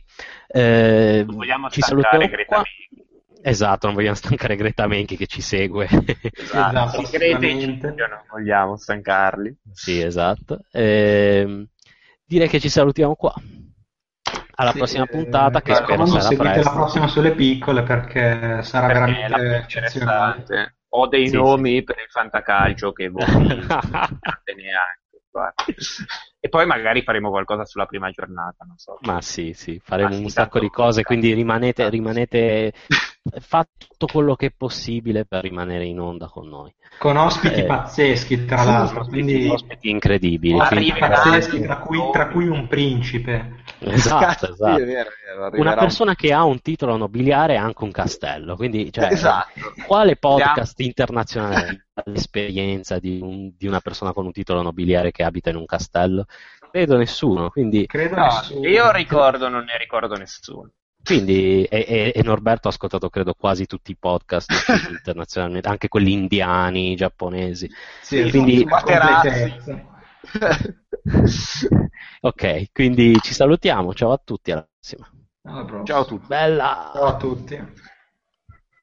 Eh, Non vogliamo ci stancare salutiamo Greta qua. Menchi. Esatto, non vogliamo stancare Greta Menchi che ci segue. Sì, Esatto, esatto, segreti e assolutamente. Ciccio, non vogliamo stancarli. Sì, esatto. Ehm, direi che ci salutiamo qua. Alla Sì, prossima eh, puntata, mi che spero raccomando, sarà seguite la presto. prossima sulle piccole perché sarà Perché è la più veramente eccezionale. interessante. Ho dei Sì, sì. nomi per il fantacalcio che voi non immaginate neanche. Guarda. E poi magari faremo qualcosa sulla prima giornata, non so. Ma sì, sì, Ma faremo sì, un sacco di tanto, cose, quindi tanto, rimanete, tanto sì. rimanete fa tutto quello che è possibile per rimanere in onda con noi. Con ospiti Eh, pazzeschi, tra l'altro, ospiti, quindi ospiti incredibili. ospiti Quindi, pazzeschi, tra cui, tra cui un principe. esatto, Sì, esatto. è vero, è vero, Una arriverà un- persona che ha un titolo nobiliare e anche un castello. Quindi, cioè, Esatto. quale podcast internazionale ha l'esperienza di, un- di una persona con un titolo nobiliare che abita in un castello? Credo nessuno. Quindi, Credo No, nessuno. io ricordo, non ne ricordo nessuno. quindi e, e- e Norberto ha ascoltato, credo, quasi tutti i podcast usciti internazionalmente, anche quelli indiani, giapponesi. Sì, Quindi- su Materazzi. completezza. Ok, quindi ci salutiamo. Ciao a tutti, alla prossima. Alla prossima. Ciao a tutti. Bella! Ciao a tutti.